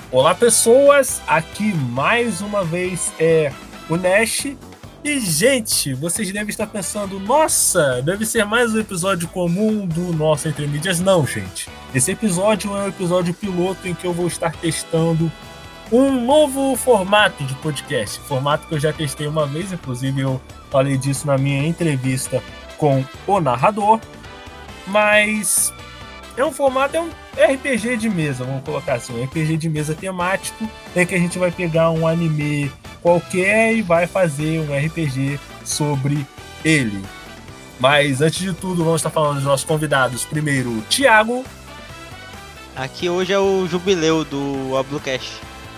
Olá pessoas, aqui mais uma vez é o Nash. E gente, vocês devem estar pensando, nossa, deve ser mais um episódio comum do nosso Entre Mídias. Não, gente, esse episódio é um episódio piloto em que eu vou estar testando um novo formato de podcast. Formato que eu já testei uma vez, inclusive eu falei disso na minha entrevista com o narrador. Mas é um formato, é um RPG de mesa, vamos colocar assim, um RPG de mesa temático, em que a gente vai pegar um anime qualquer e vai fazer um RPG sobre ele. Mas antes de tudo, vamos estar falando dos nossos convidados. Primeiro, o Thiago. Aqui hoje é o jubileu do Ablucast.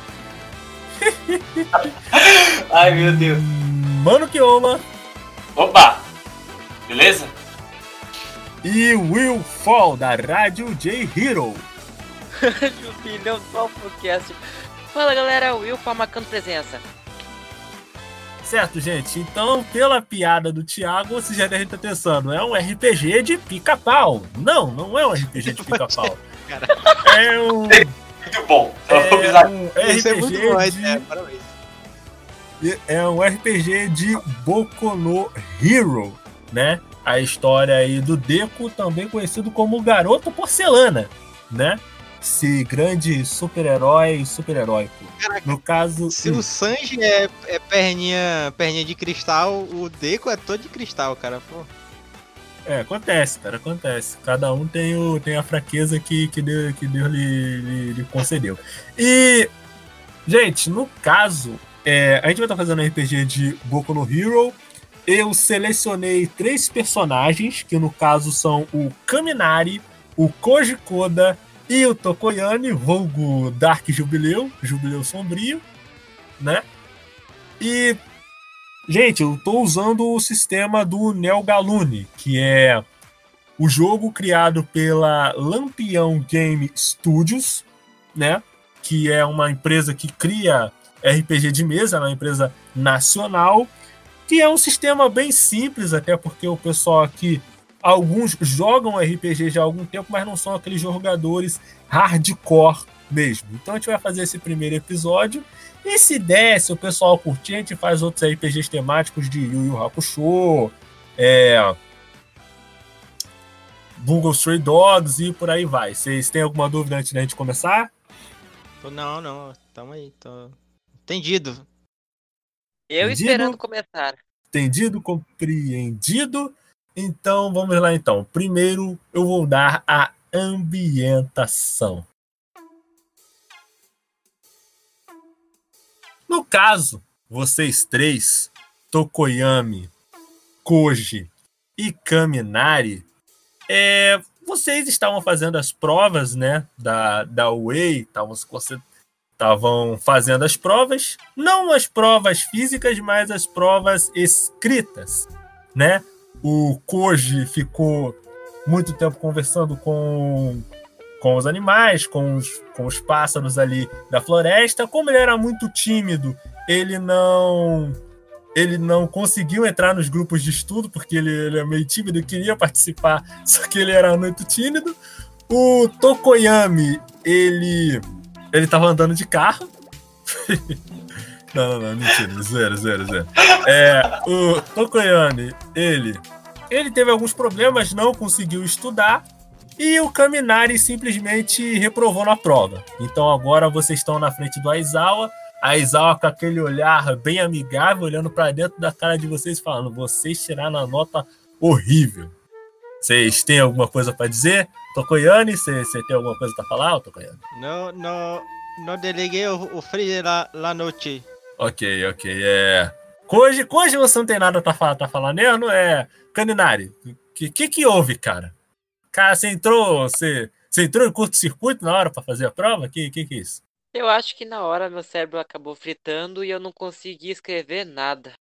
Ai, meu Deus. Mano Kioma. Opa! Beleza? E Will Fall, da Rádio J Hero. Jubileu do Alfocast. Fala galera, Will Fall marcando presença. Certo, gente? Então, pela piada do Thiago, vocês já devem estar pensando, é um RPG de pica-pau. Não, não é um RPG de pica-pau. É um... Muito bom. Isso é muito bom, parabéns. É um RPG de Boku no Hero, né? A história aí do Deku, também conhecido como Garoto Porcelana, né? Esse grande super-herói super-heróico. No caso... Se o Sanji é perninha de cristal, o Deku é todo de cristal, cara. Pô. Acontece, cara, acontece. Cada um tem a fraqueza que Deus lhe concedeu. E, gente, no caso, a gente vai estar fazendo um RPG de Boku no Hero. Eu selecionei 3 personagens, que no caso são o Kaminari, o Koji Koda e o Tokoyami, vulgo Dark Jubileu Sombrio, né? E, gente, eu tô usando o sistema do Neo Galune, que é o jogo criado pela Lampião Game Studios, né? Que é uma empresa que cria RPG de mesa, é uma empresa nacional, que é um sistema bem simples, até porque o pessoal aqui, alguns jogam RPG já há algum tempo, mas não são aqueles jogadores hardcore mesmo. Então a gente vai fazer esse primeiro episódio, e se der, se o pessoal curtir, a gente faz outros RPGs temáticos de Yu Yu Hakusho, Bungo Stray Dogs e por aí vai. Vocês têm alguma dúvida antes da gente começar? Não, tamo aí, tô entendido. Eu esperando começar. Entendido, compreendido. Então, vamos lá então. Primeiro, eu vou dar a ambientação. No caso, vocês 3, Tokoyami, Koji e Kaminari, vocês estavam fazendo as provas, né, da UA, estavam fazendo as provas, não as provas físicas, mas as provas escritas, né? O Koji ficou muito tempo conversando com os animais, com os pássaros ali da floresta. Como ele era muito tímido, ele não conseguiu entrar nos grupos de estudo, porque ele é meio tímido e queria participar, só que ele era muito tímido. O Tokoyami, ele tava andando de carro. Não, mentira, zero. O Tokoyami, ele teve alguns problemas, não conseguiu estudar, e o Kaminari simplesmente reprovou na prova. Então agora vocês estão na frente do Aizawa, a Aizawa com aquele olhar bem amigável, olhando para dentro da cara de vocês, falando, vocês tiraram a nota horrível. Vocês têm alguma coisa para dizer? Tokoyami, você tem alguma coisa para falar, Tokoyami? Não deleguei o free la noite. Ok. Koji, você não tem nada pra falar mesmo? Kaminari, que houve, cara? Cara, você entrou em curto-circuito na hora pra fazer a prova? Que é isso? Eu acho que na hora meu cérebro acabou fritando e eu não consegui escrever nada.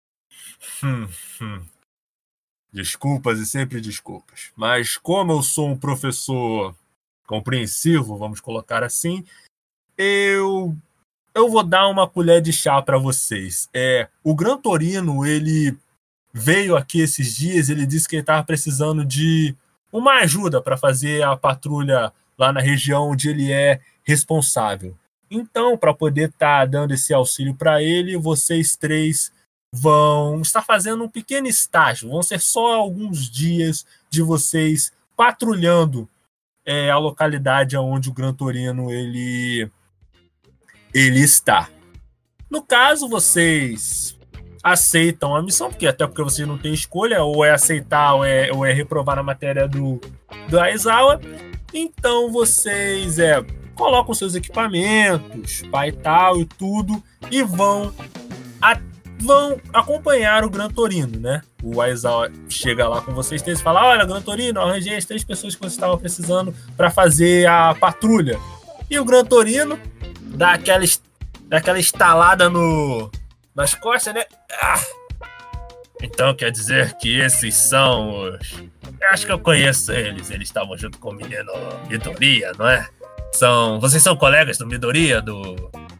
Desculpas e sempre desculpas. Mas como eu sou um professor compreensivo, vamos colocar assim, eu vou dar uma colher de chá para vocês. O Gran Torino, ele veio aqui esses dias, ele disse que ele estava precisando de uma ajuda para fazer a patrulha lá na região onde ele é responsável. Então, para poder estar dando esse auxílio para ele, vocês 3 vão estar fazendo um pequeno estágio. Vão ser só alguns dias de vocês patrulhando a localidade onde o Gran Torino ele está. No caso, vocês aceitam a missão, até porque vocês não têm escolha, ou é aceitar ou é reprovar na matéria do Aizawa. Então vocês colocam seus equipamentos, pai tal e tudo, e vão acompanhar o Gran Torino, né? O Aizawa chega lá com vocês e fala: olha, Gran Torino, arranjei as 3 pessoas que você estava precisando para fazer a patrulha. E o Gran Torino dá aquela estalada nas costas, né? Então quer dizer que esses são os... Eu acho que eu conheço eles. Eles estavam junto com o menino Midoriya, não é? Vocês são colegas do Midoriya, do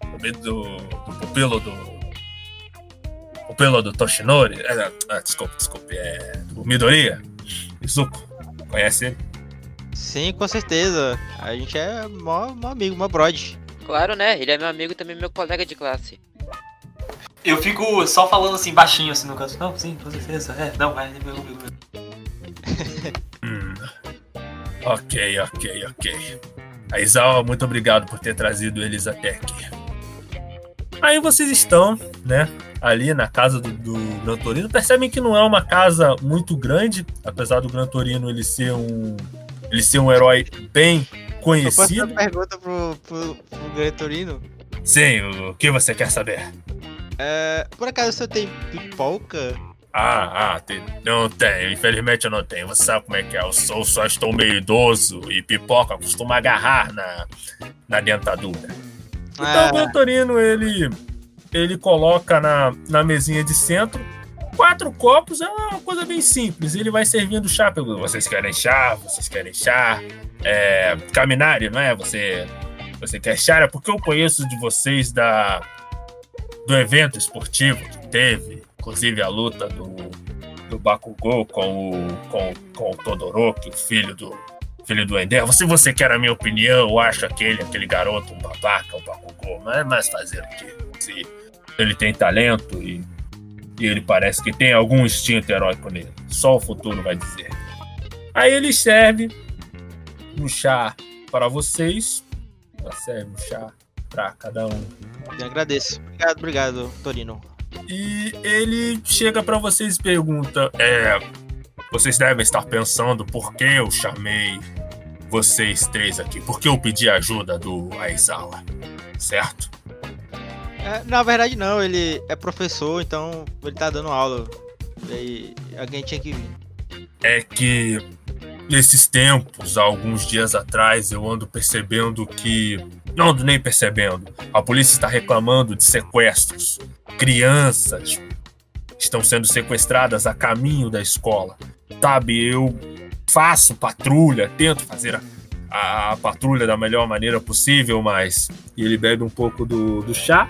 pupilo do Toshinori? Desculpe. Do Midoriya. Izuku. Conhece ele? Sim, com certeza. A gente é mó amigo, mó brode. Claro, né? Ele é meu amigo e também meu colega de classe. Eu fico só falando assim, baixinho, assim, no canto. Não, sim, com certeza. Não, vai, meu amigo. Ok. Aizawa, muito obrigado por ter trazido eles até aqui. Aí vocês estão, né, ali na casa do Gran Torino. Percebem que não é uma casa muito grande, apesar do Gran Torino ele ser um herói bem conhecido. Eu posso fazer uma pergunta pro Gran Torino? Sim, o que você quer saber? Por acaso você tem pipoca? Não tenho, infelizmente eu não tenho. Você sabe como é que é, eu só estou meio idoso e pipoca costuma agarrar na dentadura. Então o Gran Torino, ele coloca na mesinha de centro 4 copos, é uma coisa bem simples. Ele vai servindo chá. Vocês querem chá? Caminari, não é? Você quer chá? É porque eu conheço de vocês do evento esportivo que teve, inclusive a luta do Bakugou com o Todoroki, o filho do Ender. Se você quer a minha opinião, eu acho aquele garoto um babaca, o Bakugou, mas fazer o quê? Se ele tem talento e ele parece que tem algum instinto heróico nele. Só o futuro vai dizer. Aí ele serve um chá para vocês. Serve um chá para cada um. Eu agradeço. Obrigado, Torino. E ele chega para vocês e pergunta: vocês devem estar pensando por que eu chamei vocês 3 aqui. Por que eu pedi a ajuda do Aizawa, certo? Na verdade não, ele é professor, então ele tá dando aula. E alguém tinha que vir. É que nesses tempos, alguns dias atrás, eu ando percebendo que... Não ando nem percebendo. A polícia está reclamando de sequestros. Crianças estão sendo sequestradas a caminho da escola. Sabe, eu faço patrulha, tento fazer a patrulha da melhor maneira possível, mas... E ele bebe um pouco do chá.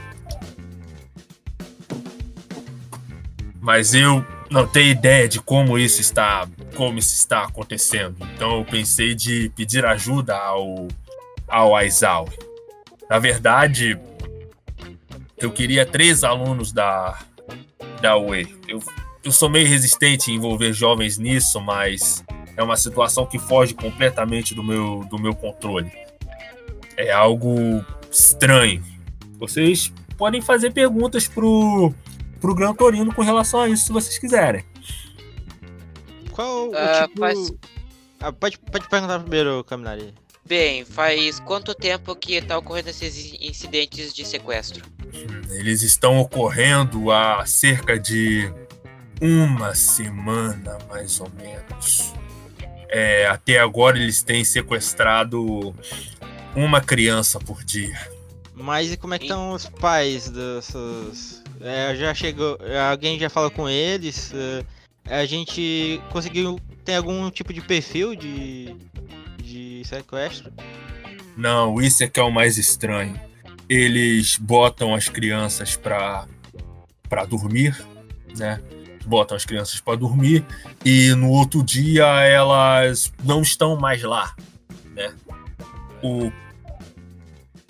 Mas eu não tenho ideia de como isso está acontecendo. Então eu pensei de pedir ajuda ao Aizawa. Na verdade, eu queria 3 alunos da UA. Eu sou meio resistente em envolver jovens nisso, mas é uma situação que foge completamente do meu controle. É algo estranho. Vocês podem fazer perguntas pro Gran Torino com relação a isso, se vocês quiserem. Qual o tipo... Pode perguntar primeiro, Kaminari. Bem, faz quanto tempo que tá ocorrendo esses incidentes de sequestro? Eles estão ocorrendo há cerca de 1 semana, mais ou menos. Até agora eles têm sequestrado 1 criança por dia. Mas e como é que estão os pais dessas... já chegou... Alguém já falou com eles? A gente conseguiu... Tem algum tipo de perfil de sequestro? Não, isso é que é o mais estranho. Eles botam as crianças pra dormir, né? Botam as crianças pra dormir e no outro dia elas não estão mais lá, né?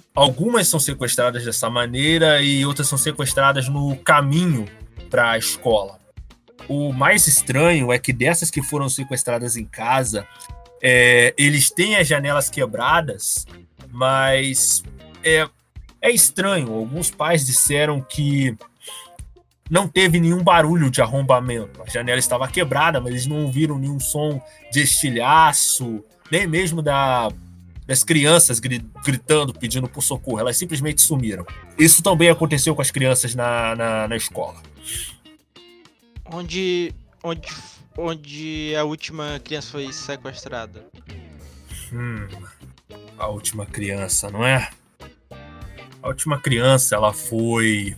Algumas são sequestradas dessa maneira e outras são sequestradas no caminho para a escola. O mais estranho é que dessas que foram sequestradas em casa, eles têm as janelas quebradas, mas é estranho. Alguns pais disseram que não teve nenhum barulho de arrombamento. A janela estava quebrada, mas eles não ouviram nenhum som de estilhaço, nem mesmo das crianças gritando, pedindo por socorro. Elas simplesmente sumiram. Isso também aconteceu com as crianças na escola. Onde a última criança foi sequestrada? A última criança, não é? A última criança, ela foi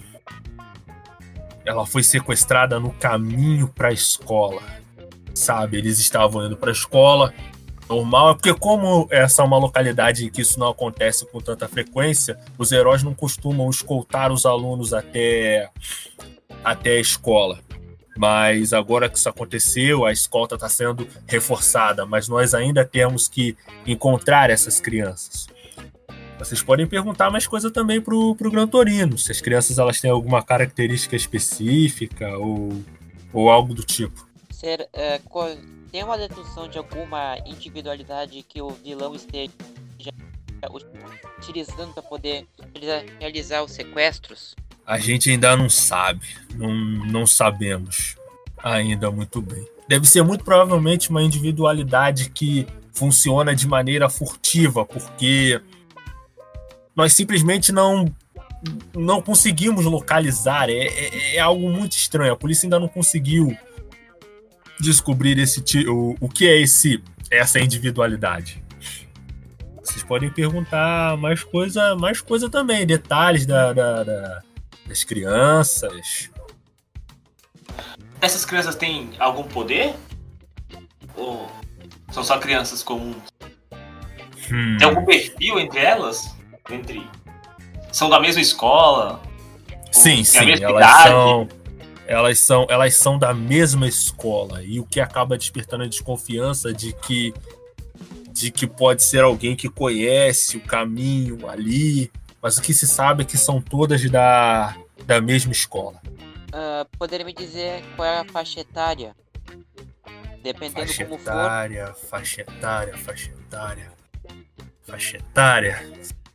sequestrada no caminho para a escola. Sabe, eles estavam indo para a escola, normal, é porque como essa é uma localidade em que isso não acontece com tanta frequência, os heróis não costumam escoltar os alunos até a escola. Mas agora que isso aconteceu, a escolta está sendo reforçada, mas nós ainda temos que encontrar essas crianças. Vocês podem perguntar mais coisa também pro Gran Torino, se as crianças elas têm alguma característica específica ou algo do tipo. Tem uma dedução de alguma individualidade que o vilão esteja utilizando para poder realizar os sequestros? A gente ainda não sabe, não sabemos ainda muito bem. Deve ser muito provavelmente uma individualidade que funciona de maneira furtiva, porque nós simplesmente não conseguimos localizar. É algo muito estranho. A polícia ainda não conseguiu descobrir o que é essa individualidade. Vocês podem perguntar mais coisa também, detalhes das crianças. Essas crianças têm algum poder? Ou são só crianças comuns? Tem algum perfil entre elas? São da mesma escola? Sim, elas são da mesma escola, e o que acaba despertando a desconfiança de que pode ser alguém que conhece o caminho ali, mas o que se sabe é que são todas da mesma escola. Poderia me dizer qual é a faixa etária? Dependendo como for. Faixa etária.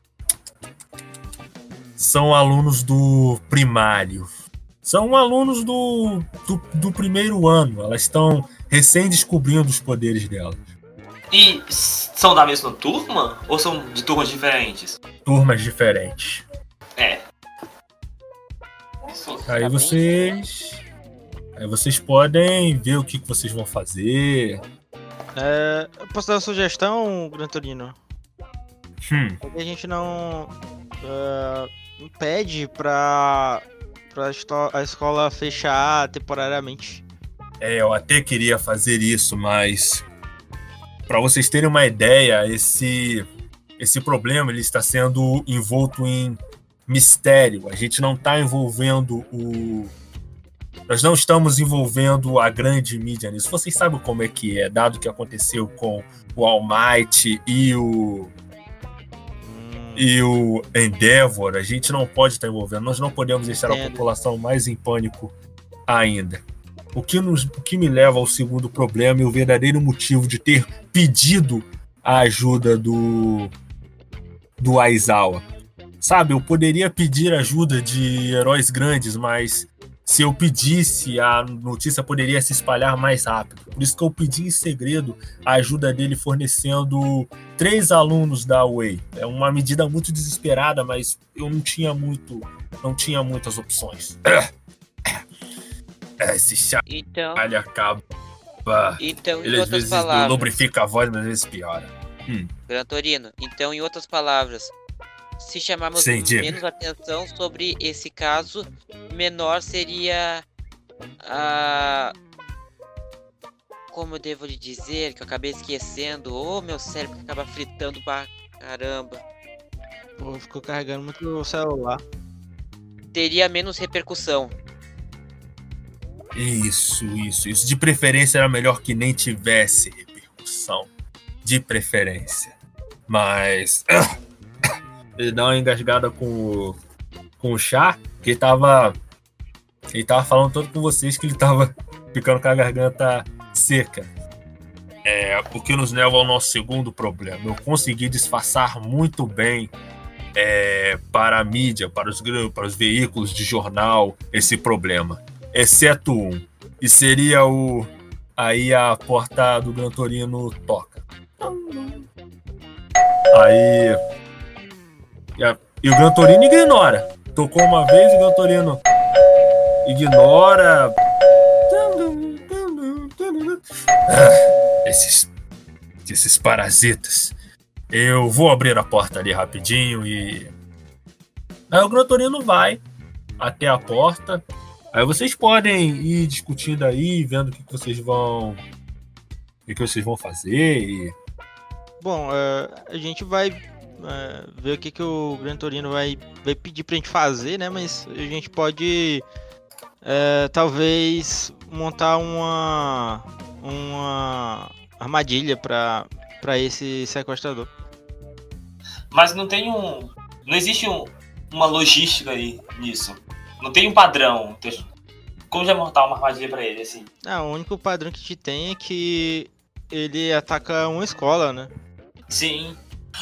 São alunos do primário. São alunos do primeiro ano. Elas estão recém descobrindo os poderes delas. E são da mesma turma? Ou são de turmas diferentes? Turmas diferentes. Aí vocês podem ver o que vocês vão fazer. Eu posso dar uma sugestão, Gran Torino? A gente não pede pra a escola fechar temporariamente. Eu até queria fazer isso, mas para vocês terem uma ideia, esse problema ele está sendo envolto em mistério. A gente não está envolvendo nós não estamos envolvendo a grande mídia nisso. Vocês sabem como é que é, dado o que aconteceu com o All Might e o Endeavor, a gente não pode estar envolvendo. Nós não podemos deixar a população mais em pânico ainda. O que me leva ao segundo problema e o verdadeiro motivo de ter pedido a ajuda do Aizawa. Sabe, eu poderia pedir ajuda de heróis grandes, mas se eu pedisse, a notícia poderia se espalhar mais rápido. Por isso que eu pedi em segredo a ajuda dele fornecendo 3 alunos da Way. É uma medida muito desesperada, mas eu não tinha muitas opções. Esse chalho acaba. Então, ele às vezes lubrifica a voz, mas às vezes piora. Gran Torino, então, em outras palavras, se chamarmos menos atenção sobre esse caso, menor seria como eu devo lhe dizer, que eu acabei esquecendo. Meu cérebro acaba fritando pra caramba. Ficou carregando muito o celular. Teria menos repercussão. Isso. De preferência era melhor que nem tivesse repercussão. De preferência. Mas ele dá uma engasgada com o chá, que ele tava falando todo com vocês que ele tava ficando com a garganta seca. O que nos leva ao nosso segundo problema. Eu consegui disfarçar muito bem para a mídia, para os veículos de jornal, esse problema. Exceto um. E seria aí a porta do Gran Torino toca. Aí... E o Gran Torino ignora. Tocou uma vez, o Gran Torino ignora. Esses parasitas. Eu vou abrir a porta ali rapidinho e... Aí o Gran Torino vai até a porta. Aí vocês podem ir discutindo aí, vendo o que vocês vão fazer e... Bom, a gente vai ver o que o Gran Torino vai pedir pra gente fazer, né? Mas a gente pode talvez montar uma armadilha pra esse sequestrador. Mas não existe uma logística aí nisso. Não tem um padrão. Como já montar uma armadilha pra ele, assim? O único padrão que a gente tem é que ele ataca uma escola, né? Sim.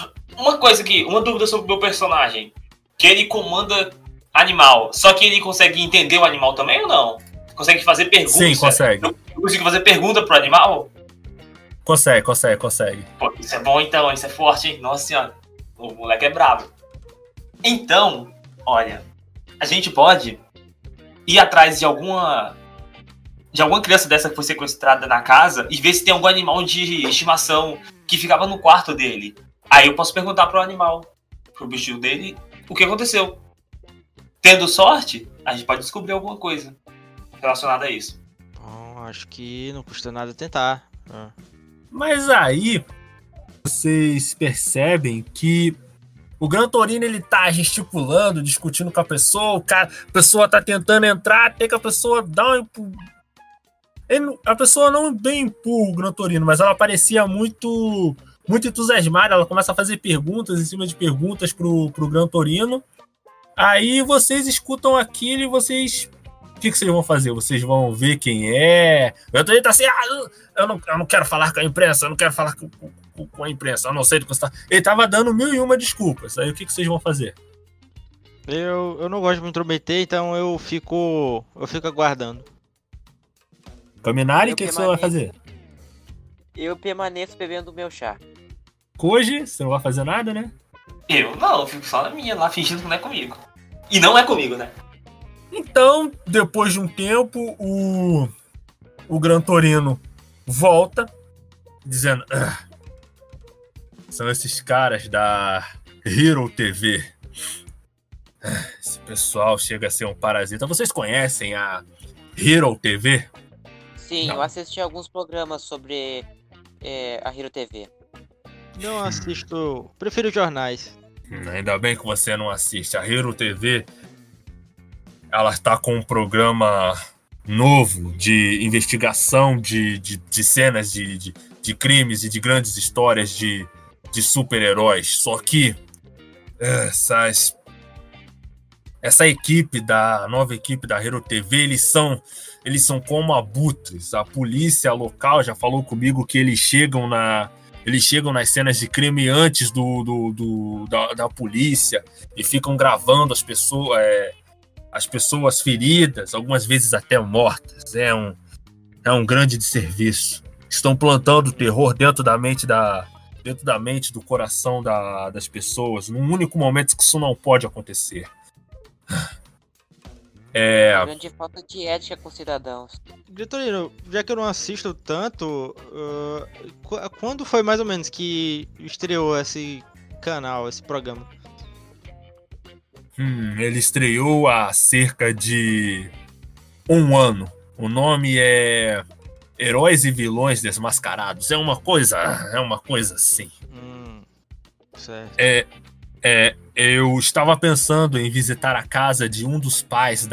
Uma dúvida sobre o meu personagem. Que ele comanda animal. Só que ele consegue entender o animal também ou não? Consegue fazer perguntas? Sim, consegue. Eu consigo fazer pergunta pro animal? Consegue. Pô, isso é bom então, isso é forte, hein? Nossa senhora. O moleque é brabo. Então, olha, a gente pode ir atrás de alguma criança dessa que foi sequestrada na casa e ver se tem algum animal de estimação que ficava no quarto dele. Aí eu posso perguntar pro animal, pro bichinho dele, o que aconteceu. Tendo sorte, a gente pode descobrir alguma coisa relacionada a isso. Acho que não custa nada tentar. Mas aí vocês percebem que o Gran Torino ele tá gesticulando, discutindo com a pessoa, a pessoa tá tentando entrar, até que a pessoa dá um empurro. A pessoa não bem empurra o Gran Torino, mas ela parecia muito entusiasmada. Ela começa a fazer perguntas em cima de perguntas pro Gran Torino. Aí vocês escutam aquilo e vocês... O que vocês vão fazer? Vocês vão ver quem é? O Gran Torino tá assim, eu não quero falar com a imprensa, eu não quero falar com a imprensa, eu não sei do que você tá... Ele tava dando 1001 desculpas. Aí o que vocês vão fazer? Eu não gosto de me intrometer, então eu fico aguardando. Caminari, o que você vai fazer? Eu permaneço bebendo o meu chá. Koji, você não vai fazer nada, né? Eu fico só na minha lá, fingindo que não é comigo. E não é comigo, né? Então, depois de um tempo, o Gran Torino volta, dizendo... são esses caras da Hero TV. Esse pessoal chega a ser um parasita. Vocês conhecem a Hero TV? Sim, não. Eu assisti alguns programas sobre a Hero TV. Não assisto, prefiro jornais. Ainda bem que você não assiste. A Hero TV, ela está com um programa novo de investigação de cenas de crimes e de grandes histórias de super-heróis. Só que essa nova equipe da Hero TV, eles são como abutres. A polícia local já falou comigo que eles chegam nas cenas de crime antes da polícia e ficam gravando as pessoas feridas, algumas vezes até mortas. É um grande desserviço. Estão plantando terror dentro da mente do coração das pessoas, num único momento que isso não pode acontecer. Grande falta de ética com cidadãos. Vitorino, já que eu não assisto tanto, quando foi mais ou menos que estreou esse canal, esse programa? Ele estreou há cerca de 1 ano. O nome é Heróis e Vilões Desmascarados. É uma coisa assim. Certo. Eu estava pensando em visitar a casa de um dos pais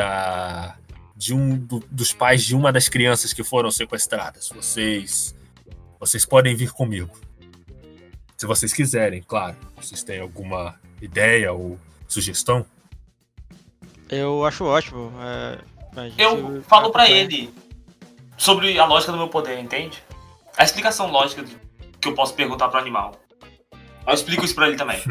dos pais de uma das crianças que foram sequestradas. Vocês podem vir comigo. Se vocês quiserem, claro. Vocês têm alguma ideia ou sugestão? Eu acho ótimo. Eu falo pra ele sobre a lógica do meu poder, entende? A explicação lógica que eu posso perguntar pro animal. Eu explico isso pra ele também.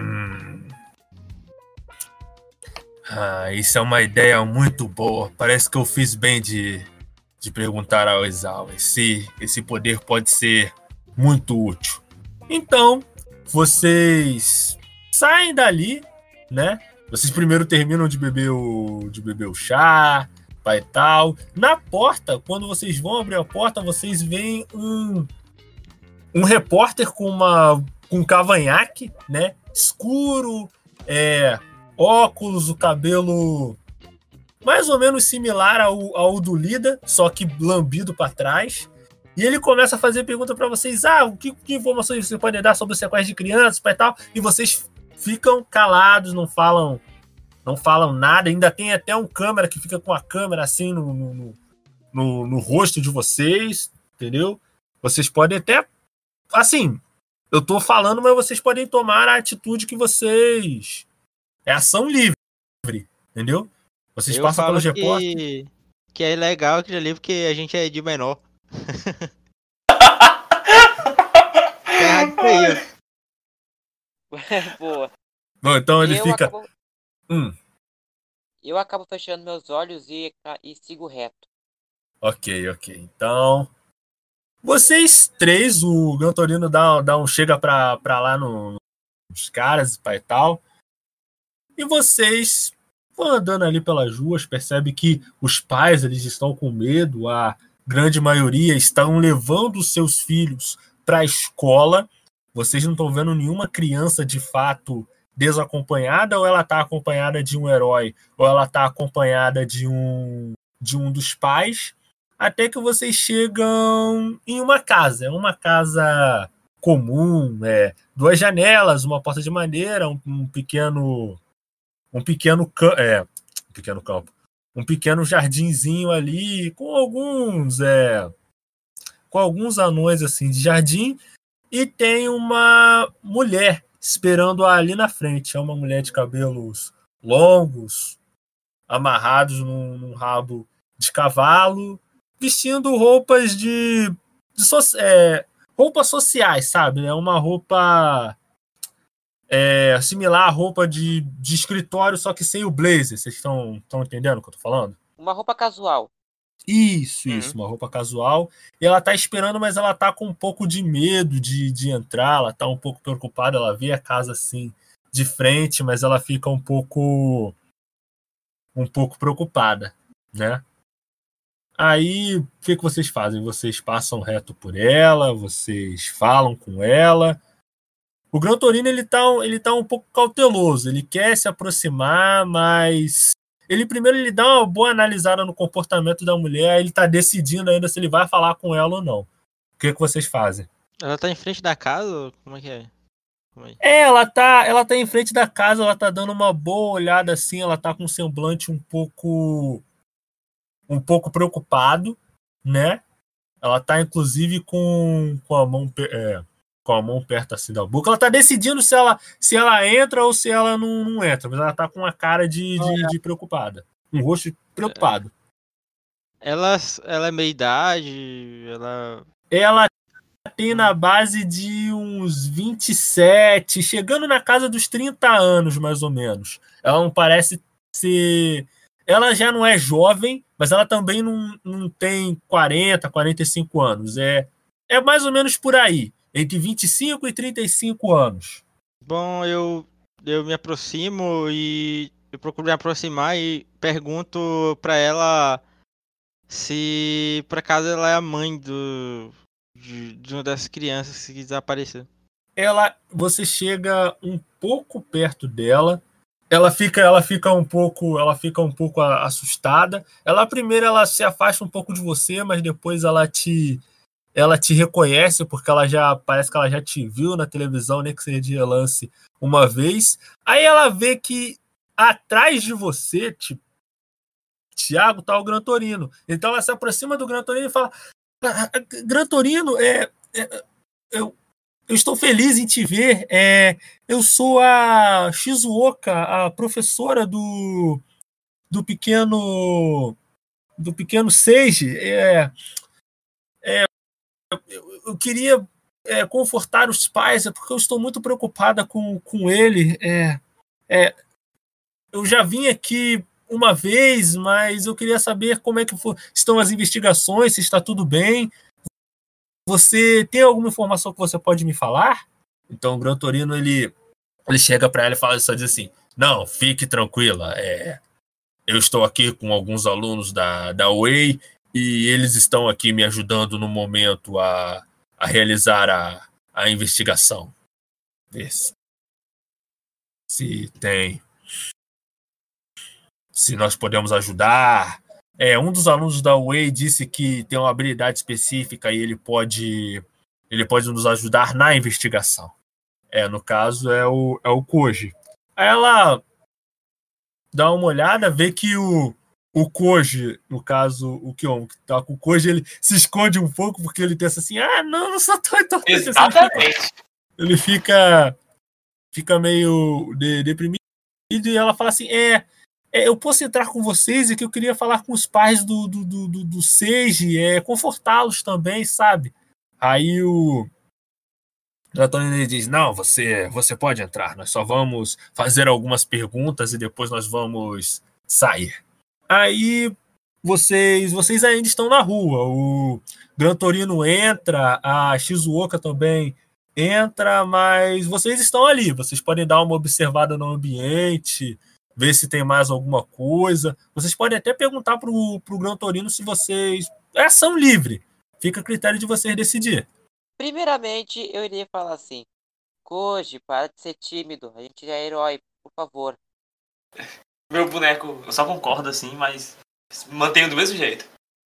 Isso é uma ideia muito boa. Parece que eu fiz bem de perguntar ao Exal. Esse poder pode ser muito útil. Então, vocês saem dali, né? Vocês primeiro terminam de beber o chá, pai e tal. Na porta, quando vocês vão abrir a porta, vocês veem um repórter com um cavanhaque, né? Escuro, óculos, o cabelo mais ou menos similar ao do Lida, só que lambido para trás. E ele começa a fazer pergunta para vocês: que informações você pode dar sobre o sequestro de crianças e tal? E vocês ficam calados, não falam nada. Ainda tem até um câmera que fica com a câmera assim no rosto de vocês, entendeu? Vocês podem até, assim, eu tô falando, mas vocês podem tomar a atitude que vocês... É ação livre, entendeu? Vocês passam pelos repórteres. Que é legal aquele ali, porque a gente é de menor. Boa. Bom, então ele fica... Eu acabo fechando meus olhos e sigo reto. Ok. Então, vocês três, o Gran Torino chega pra lá nos caras e tal. E vocês vão andando ali pelas ruas, percebe que os pais eles estão com medo, a grande maioria estão levando os seus filhos para a escola. Vocês não estão vendo nenhuma criança de fato desacompanhada, ou ela está acompanhada de um herói, ou ela está acompanhada de um dos pais, até que vocês chegam em uma casa. É uma casa comum, 2 janelas, uma porta de madeira, um pequeno campo, um pequeno jardinzinho ali, com alguns anões assim de jardim, e tem uma mulher esperando ali na frente. É uma mulher de cabelos longos, amarrados num rabo de cavalo, vestindo roupas roupas sociais, sabe? É uma roupa similar à roupa de escritório, só que sem o blazer. Vocês estão entendendo o que eu tô falando? Uma roupa casual. Isso, uma roupa casual. E ela tá esperando, mas ela tá com um pouco de medo de entrar, ela tá um pouco preocupada, ela vê a casa assim de frente, mas ela fica um pouco preocupada, né? Aí, o que vocês fazem? Vocês passam reto por ela, vocês falam com ela. O Gran Torino ele tá um pouco cauteloso, ele quer se aproximar, mas ele dá uma boa analisada no comportamento da mulher, ele tá decidindo ainda se ele vai falar com ela ou não. O que vocês fazem? Ela tá em frente da casa? Como é que é? Ela tá em frente da casa, ela tá dando uma boa olhada assim, ela tá com um semblante um pouco preocupado, né? Ela tá inclusive com a mão perto assim da boca. Ela tá decidindo se ela entra ou se ela não entra, mas ela tá com uma cara de preocupada, um rosto preocupado. Ela é meia idade, ela tem na base de uns 27, chegando na casa dos 30 anos, mais ou menos. Ela não parece ser... Ela já não é jovem, mas ela também não tem 40, 45 anos. É mais ou menos por aí, entre 25 e 35 anos. Bom, eu me aproximo e eu procuro me aproximar e pergunto pra ela se por acaso ela é a mãe de uma das crianças que desapareceu. Você chega um pouco perto dela, ela fica um pouco assustada. Primeiro ela se afasta um pouco de você, mas depois ela te reconhece, porque parece que ela já te viu na televisão, nem que seja de relance, uma vez. Aí ela vê que atrás de você, Thiago, tá o Gran Torino. Então ela se aproxima do Gran Torino e fala: Gran Torino, eu estou feliz em te ver. Eu sou a Shizuoka, a professora do pequeno Seiji. Eu queria confortar os pais, porque eu estou muito preocupada com ele. Eu já vim aqui uma vez, mas eu queria saber como é que estão as investigações, se está tudo bem. Você tem alguma informação que você pode me falar? Então o Gran Torino ele chega para ela e fala, só diz assim: não, fique tranquila. Eu estou aqui com alguns alunos da Way e eles estão aqui me ajudando no momento a realizar a investigação. Ver se nós podemos ajudar. Um dos alunos da Way disse que tem uma habilidade específica e ele pode nos ajudar na investigação. No caso, é o Koji. Aí ela dá uma olhada, vê que o Koji, no caso, o Kion, que tá com o Koji, ele se esconde um pouco porque ele pensa assim, não sou tão importante. Exatamente. Ele fica meio deprimido e ela fala assim, eu posso entrar com vocês e que eu queria falar com os pais do Seiji, confortá-los também, sabe? Aí o Antônio diz, não, você pode entrar, nós só vamos fazer algumas perguntas e depois nós vamos sair. Aí vocês ainda estão na rua, o Gran Torino entra, a Shizuoka também entra, mas vocês estão ali, vocês podem dar uma observada no ambiente, ver se tem mais alguma coisa. Vocês podem até perguntar pro Gran Torino se vocês... É ação livre. Fica a critério de vocês decidir. Primeiramente, eu iria falar assim, Koji, para de ser tímido, a gente é herói, por favor. Meu boneco, eu só concordo assim, mas mantenho do mesmo jeito.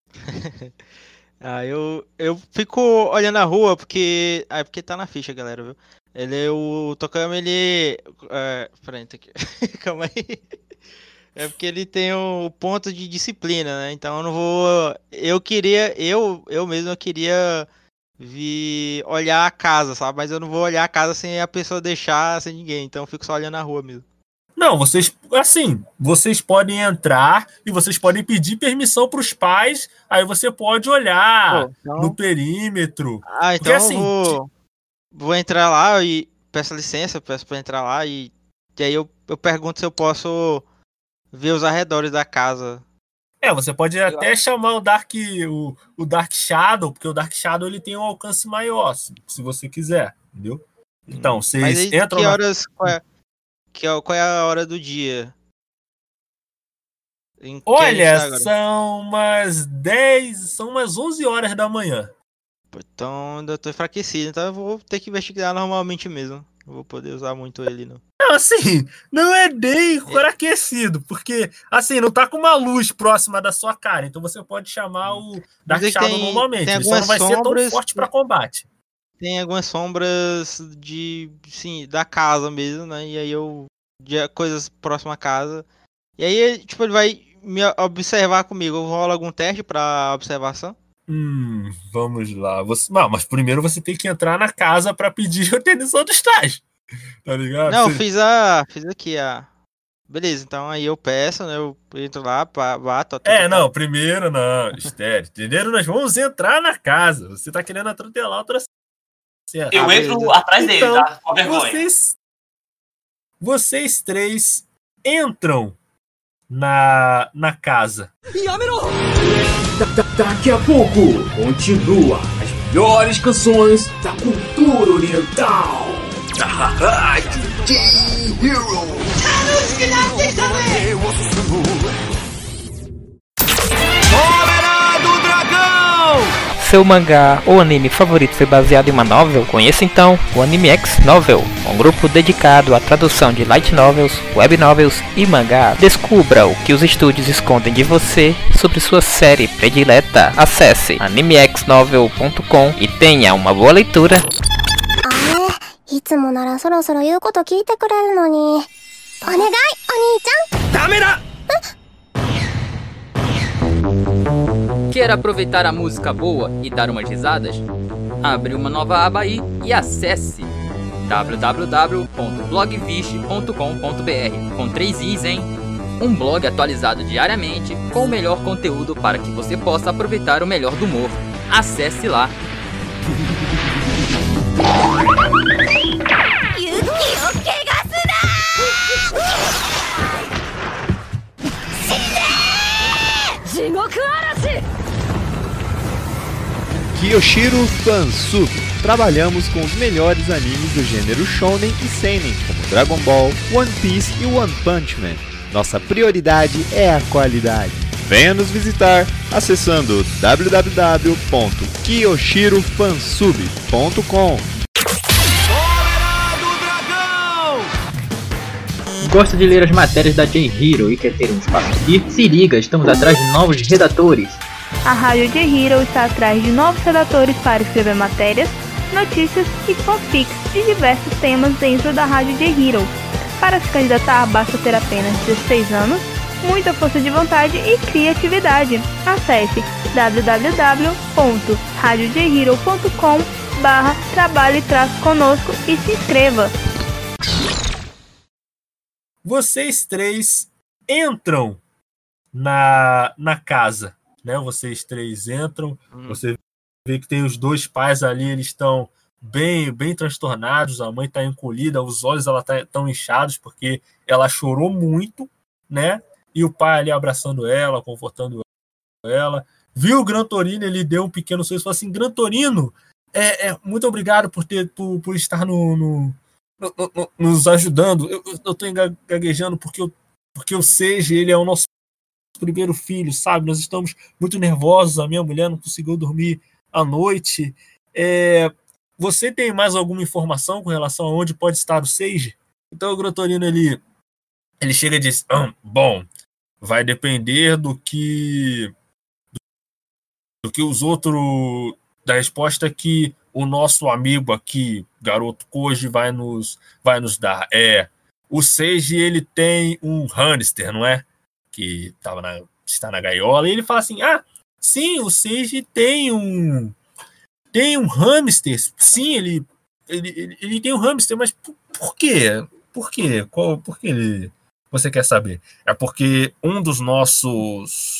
Eu fico olhando a rua porque tá na ficha, galera, viu? O Tokuyama, ele... Peraí, aqui. Calma aí. É porque ele tem o ponto de disciplina, né? Então eu não vou... Eu mesmo queria vir olhar a casa, sabe? Mas eu não vou olhar a casa sem a pessoa deixar, sem ninguém. Então eu fico só olhando a rua mesmo. Não, vocês podem entrar e vocês podem pedir permissão para os pais, aí você pode olhar no perímetro. Então porque, assim, eu vou entrar lá e peço licença, peço para entrar lá e aí eu pergunto se eu posso ver os arredores da casa. Você pode até chamar o Dark Shadow, porque o Dark Shadow ele tem um alcance maior, se você quiser, entendeu? Então, vocês entram... Que horas... Qual é a hora do dia? Olha, são umas 11 horas da manhã. Então ainda tô enfraquecido, então eu vou ter que investigar normalmente mesmo. Não vou poder usar muito ele, não. Não, assim, não é bem enfraquecido, porque, assim, não tá com uma luz próxima da sua cara, então você pode chamar o Dark Shadow normalmente, ele só não vai ser tão forte pra combate. Tem algumas sombras da casa mesmo, né? E aí coisas próximas à casa. E aí, tipo, ele vai me observar comigo. Eu rolo algum teste pra observação? Vamos lá. Mas primeiro você tem que entrar na casa pra pedir a autorização do estágio. Tá ligado? Não, fiz aqui a... Beleza, então aí eu peço, né? Eu entro lá, bato... Não, primeiro não, Estéreo. Primeiro nós vamos entrar na casa. Você tá querendo atropelar o troço. Eu entro atrás dele, tá? Com vergonha. Vocês três entram na casa. Daqui a pouco, continua as melhores canções da cultura oriental. DJ Hero. Hora do Dragão! Seu mangá ou anime favorito foi baseado em uma novel? Conheça então o Anime X Novel, um grupo dedicado à tradução de light novels, web novels e mangá. Descubra o que os estúdios escondem de você sobre sua série predileta. Acesse animexnovel.com e tenha uma boa leitura. いつもならそろそろ言うこと聞いてくれるのに。お願い、お兄ちゃん。ダメだ。 Quer aproveitar a música boa e dar umas risadas? abre uma nova aba aí e acesse www.blogvish.com.br com 3 i's, hein? Um blog atualizado diariamente com o melhor conteúdo para que você possa aproveitar o melhor do humor. Acesse lá! Kyoshiro Fansub. Trabalhamos com os melhores animes do gênero Shonen e Seinen, como Dragon Ball, One Piece e One Punch Man. Nossa prioridade é a qualidade. Venha nos visitar acessando www.kyoshirofansub.com. Gosta de ler as matérias da J-Hero e quer ter um espaço aqui? Se liga, estamos atrás de novos redatores. A Rádio J-Hero está atrás de novos redatores para escrever matérias, notícias e fanfics de diversos temas dentro da Rádio J-Hero. Para se candidatar, basta ter apenas 16 anos, muita força de vontade e criatividade. Acesse www.radiojhero.com/trabalhe-conosco e se inscreva. Vocês três entram na casa, né? Vocês três entram, você vê que tem os dois pais ali, eles estão bem transtornados, a mãe está encolhida, os olhos ela tão inchados porque ela chorou muito, né? E o pai ali abraçando ela, confortando ela. Viu o Gran Torino, ele deu um pequeno sorriso e falou assim: Gran Torino, muito obrigado por estar nos ajudando. Eu estou gaguejando porque o Seiji, ele é o nosso primeiro filho, sabe? Nós estamos muito nervosos, a minha mulher não conseguiu dormir à noite. Você tem mais alguma informação com relação a onde pode estar o Seiji? Então o Gran Torino, ele chega e diz: bom, vai depender do que os outros, da resposta que o nosso amigo aqui, garoto Koji, vai nos dar. O Seiji, ele tem um hamster, não é? Que está na gaiola, e ele fala assim: sim, o Seiji tem um hamster, sim, ele tem um hamster, mas por quê? Por quê? Por que você quer saber? É porque um dos nossos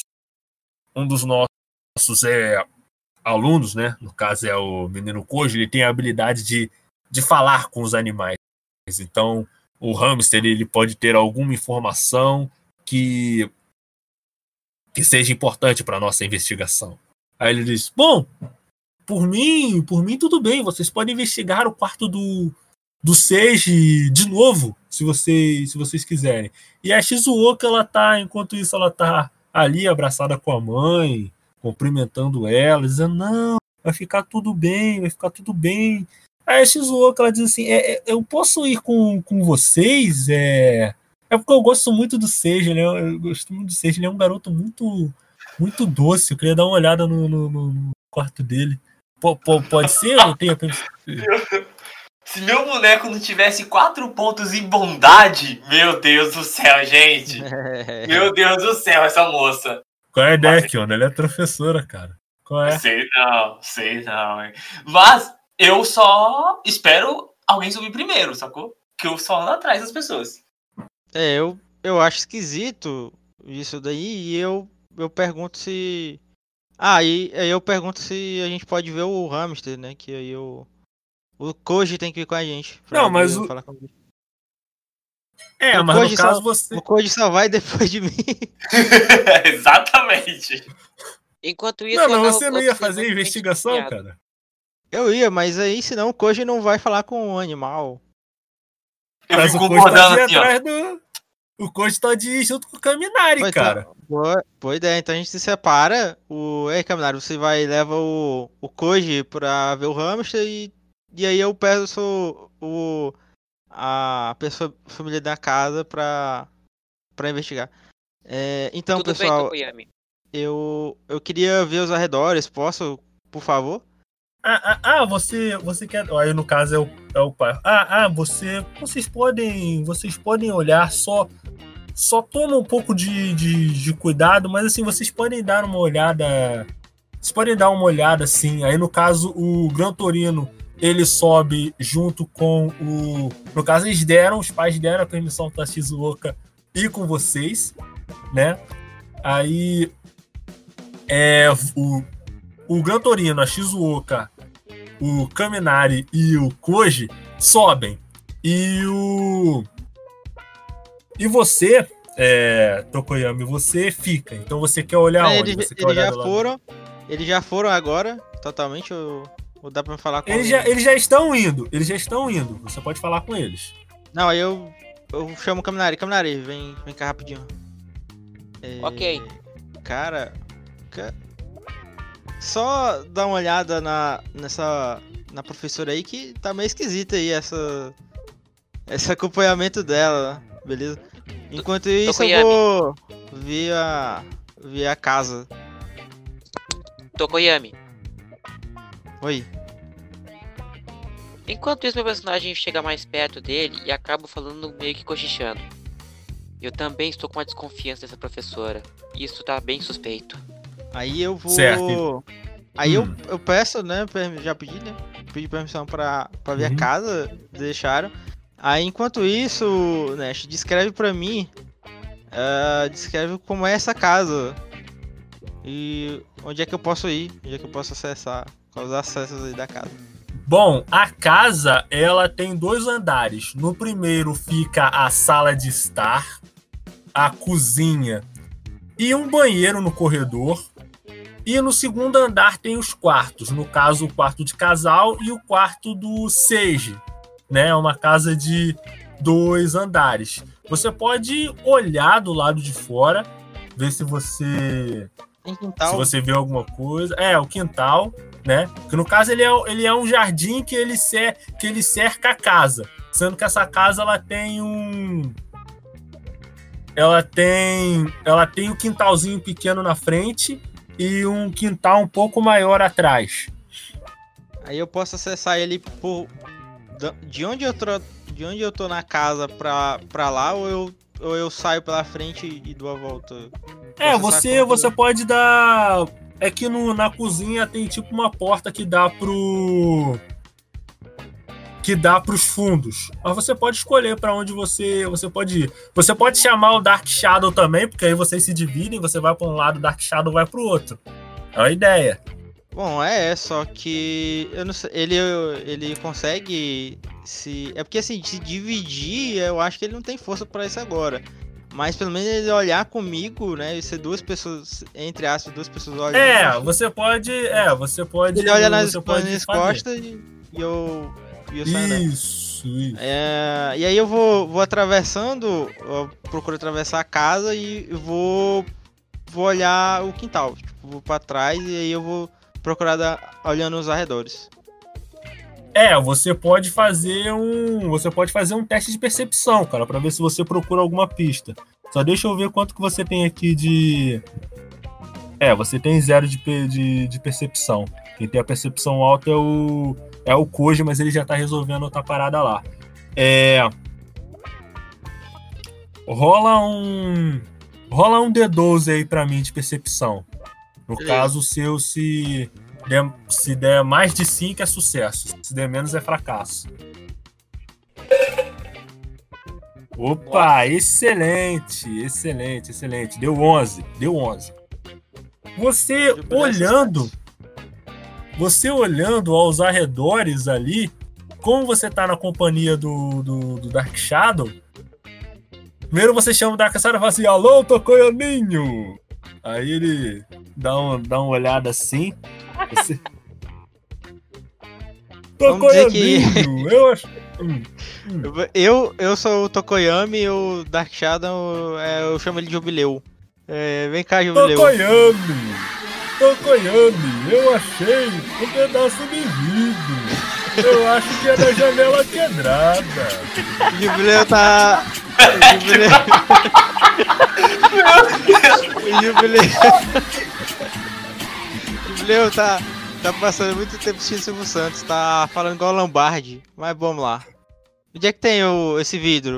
alunos, né? No caso é o menino Koji, ele tem a habilidade de falar com os animais. Então, o hamster, ele pode ter alguma informação que seja importante para a nossa investigação. Aí ele diz: bom, por mim tudo bem, vocês podem investigar o quarto do Seiji de novo, se vocês quiserem. E a Shizuoka, enquanto isso, ela tá ali abraçada com a mãe, cumprimentando ela, dizendo: não, vai ficar tudo bem. Aí a Shizuoka, ela diz assim: eu posso ir com vocês? É porque eu gosto muito do Seiji, eu gosto muito do Seiji, ele é um garoto muito, muito doce. Eu queria dar uma olhada no quarto dele. Pode ser? Eu tenho apenas... Se meu boneco não tivesse 4 pontos em bondade, meu Deus do céu, gente. Meu Deus do céu, essa moça. Qual é a ideia, Kiona? Ela é professora, cara. Qual é? Sei não. Mas eu só espero alguém subir primeiro, sacou? Que eu só ando atrás das pessoas. Eu acho esquisito isso daí, e eu pergunto se... e eu pergunto se a gente pode ver o hamster, né? Que aí o Koji tem que ir com a gente. Não, mas falar com ele. Mas no caso você... O Koji só vai depois de mim. Exatamente. Enquanto isso... Não, mas você não ia fazer investigação, cara? Eu ia, mas aí senão o Koji não vai falar com o animal. Mas o Koji tá atrás O Koji tá junto com o Kaminari, cara. Boa ideia, então a gente se separa. Ei, Kaminari, você leva o Koji pra ver o hamster e aí eu peço a família da casa pra investigar. Então, tudo pessoal, bem, eu queria ver os arredores, posso, por favor? Você quer... Aí no caso é o pai. Vocês podem olhar, só toma um pouco de cuidado, mas assim, vocês podem dar uma olhada Vocês podem dar uma olhada assim. Aí, no caso, o Gran Torino, ele sobe junto com o... No caso, os pais deram a permissão da Shizuoka ir com vocês, né? Aí, o Gran Torino, a Shizuoka, o Kaminari e o Koji sobem. E você, Tokoyami, você fica. Então você quer olhar onde? Eles já foram agora, totalmente, ou dá pra me falar com eles? Eles já estão indo. Você pode falar com eles. Não, aí eu chamo o Kaminari. Kaminari, vem cá rapidinho. Ok. Cara, só dá uma olhada na professora aí, que tá meio esquisita aí esse acompanhamento dela, beleza? Enquanto isso, eu vou ver a casa. Tokoyami. Oi. Enquanto isso, meu personagem chega mais perto dele e acaba falando meio que cochichando. Eu também estou com uma desconfiança dessa professora. Isso tá bem suspeito. Aí eu vou... Certo. Aí eu peço, né? Já pedi, né? Pedi permissão pra ver a casa. Deixaram. Aí enquanto isso, Nash, descreve pra mim. Descreve como é essa casa. E onde é que eu posso ir? Onde é que eu posso acessar? Quais os acessos aí da casa? Bom, a casa, ela tem 2 andares. No primeiro fica a sala de estar, a cozinha e um banheiro no corredor. E no segundo andar tem os quartos. No caso, o quarto de casal e o quarto do Seiji, né? É uma casa de 2 andares. Você pode olhar do lado de fora, ver se você... Quintal. Se você vê alguma coisa. O quintal, né? Que no caso ele é um jardim que ele cerca a casa. Sendo que essa casa ela tem um quintalzinho pequeno na frente e um quintal um pouco maior atrás. Aí eu posso acessar ele de onde eu tô na casa pra lá, ou eu saio pela frente e dou a volta? Você pode dar... É que na cozinha tem tipo uma porta que dá pros fundos. Mas você pode escolher pra onde você pode ir. Você pode chamar o Dark Shadow também, porque aí vocês se dividem, você vai pra um lado, o Dark Shadow vai pro outro. É a ideia. Bom, só que eu não sei, ele consegue se... É porque assim, se dividir, eu acho que ele não tem força pra isso agora. Mas pelo menos ele olhar comigo, né? E ser 2 pessoas, entre aspas, 2 pessoas olhando. Você pode... Ele olha nas costas e eu saio. Isso. E aí eu vou atravessando, eu procuro atravessar a casa e vou olhar o quintal. Tipo, vou pra trás e aí eu vou procurar olhando os arredores. Você pode fazer um teste de percepção, cara, pra ver se você procura alguma pista. Só deixa eu ver quanto que você tem aqui de... você tem 0 de percepção. Quem tem a percepção alta é o Koji, mas ele já tá resolvendo outra parada lá. Rola um D12 aí pra mim de percepção. No caso, o seu se der mais de 5 é sucesso. Se der menos é fracasso. Opa, excelente. Deu 11. Você olhando aos arredores ali, como você tá na companhia do Dark Shadow, primeiro você chama o Dark Shadow e fala assim: alô, Tokoyaminho! Aí ele dá uma olhada assim. Tokoyaminho, eu acho. Eu sou o Tokoyami e o Dark Shadow, eu chamo ele de Jubileu. Vem cá, Jubileu. Tokoyami, eu achei um pedaço de vidro. Eu acho que é da janela quebrada. O Jubileu tá... O Jubileu tá passando muito tempo assistindo Silvio Santos, tá falando igual o Lombardi, mas vamos lá. Onde é que tem esse vidro?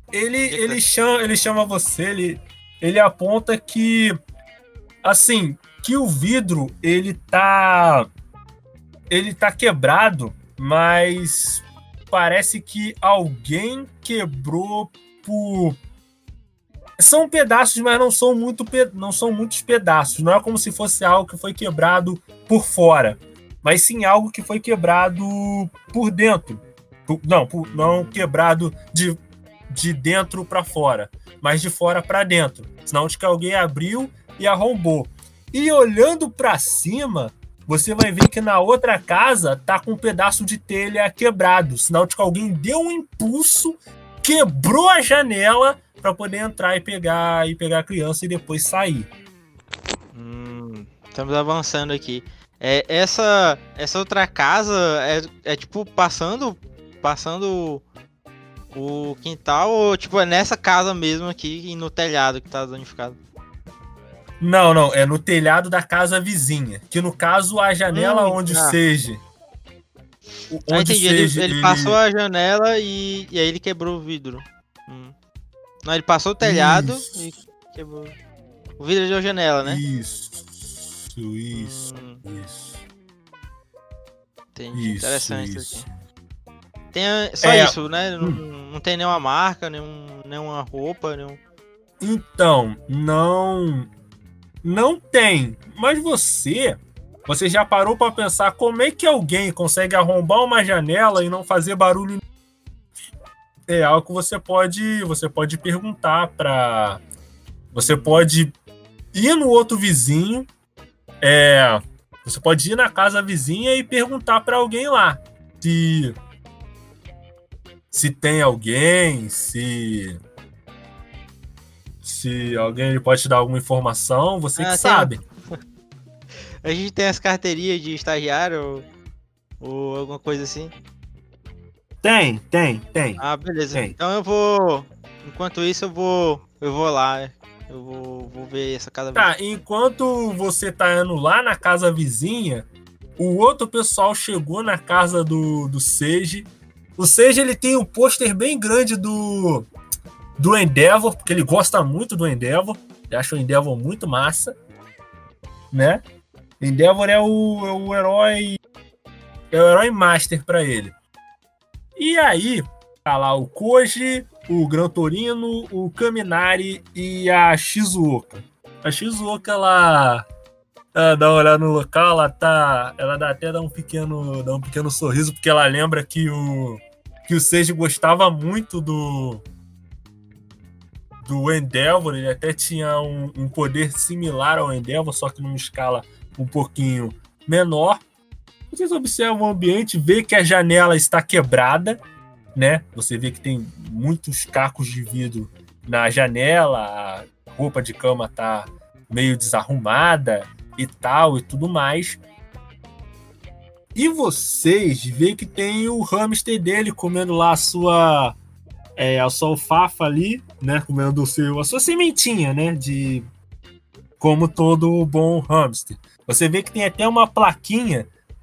Ele chama você, ele aponta que, assim, que o vidro, ele tá quebrado, mas parece que alguém quebrou por... São pedaços, mas não são muitos pedaços. Não é como se fosse algo que foi quebrado por fora, mas sim algo que foi quebrado por dentro. Não quebrado de dentro para fora, mas de fora para dentro. Sinal de que alguém abriu e arrombou. E olhando para cima, você vai ver que na outra casa tá com um pedaço de telha quebrado. Sinal de que alguém deu um impulso, quebrou a janela para poder entrar e pegar a criança e depois sair. Estamos avançando aqui. Essa outra casa é tipo passando o quintal, ou tipo é nessa casa mesmo aqui e no telhado que tá danificado? Não, é no telhado da casa vizinha, que no caso a janela onde seja. Entendi, ele passou a janela e aí ele quebrou o vidro. Não, ele passou o telhado e quebrou. O vidro deu janela, né? Isso. Entendi, interessante isso aqui. Tem só isso, né? Não tem nenhuma marca, nenhuma roupa, Então, não tem. Mas você já parou pra pensar como é que alguém consegue arrombar uma janela e não fazer barulho? É algo que você pode perguntar pra... Você pode ir no outro vizinho, você pode ir na casa vizinha e perguntar pra alguém lá se tem alguém, se alguém ele pode te dar alguma informação, você que sabe. A gente tem as carteirinhas de estagiário ou alguma coisa assim? Tem. Ah, beleza. Tem. Então enquanto isso eu vou lá. Eu vou ver essa casa vizinha. Tá, enquanto você tá indo lá na casa vizinha, o outro pessoal chegou na casa do Seiji. O Seiji, ele tem um pôster bem grande do Endeavor, porque ele gosta muito do Endeavor. Ele acha o Endeavor muito massa, né? Endeavor é o herói master pra ele. E aí, tá lá o Koji, o Gran Torino, o Kaminari e a Shizuoka. A Shizuoka, ela dá uma olhada no local, ela até dá um pequeno sorriso, porque ela lembra que o Seiji gostava muito do Endeavor. Ele até tinha um poder similar ao Endeavor, só que numa escala um pouquinho menor. Vocês observam o ambiente, vê que a janela está quebrada, né? Você vê que tem muitos cacos de vidro na janela, a roupa de cama tá meio desarrumada e tal e tudo mais. E vocês vê que tem o hamster dele comendo lá a sua alfafa ali, né? Comendo a sua sementinha, né? Como todo bom hamster. Você vê que tem até uma plaquinha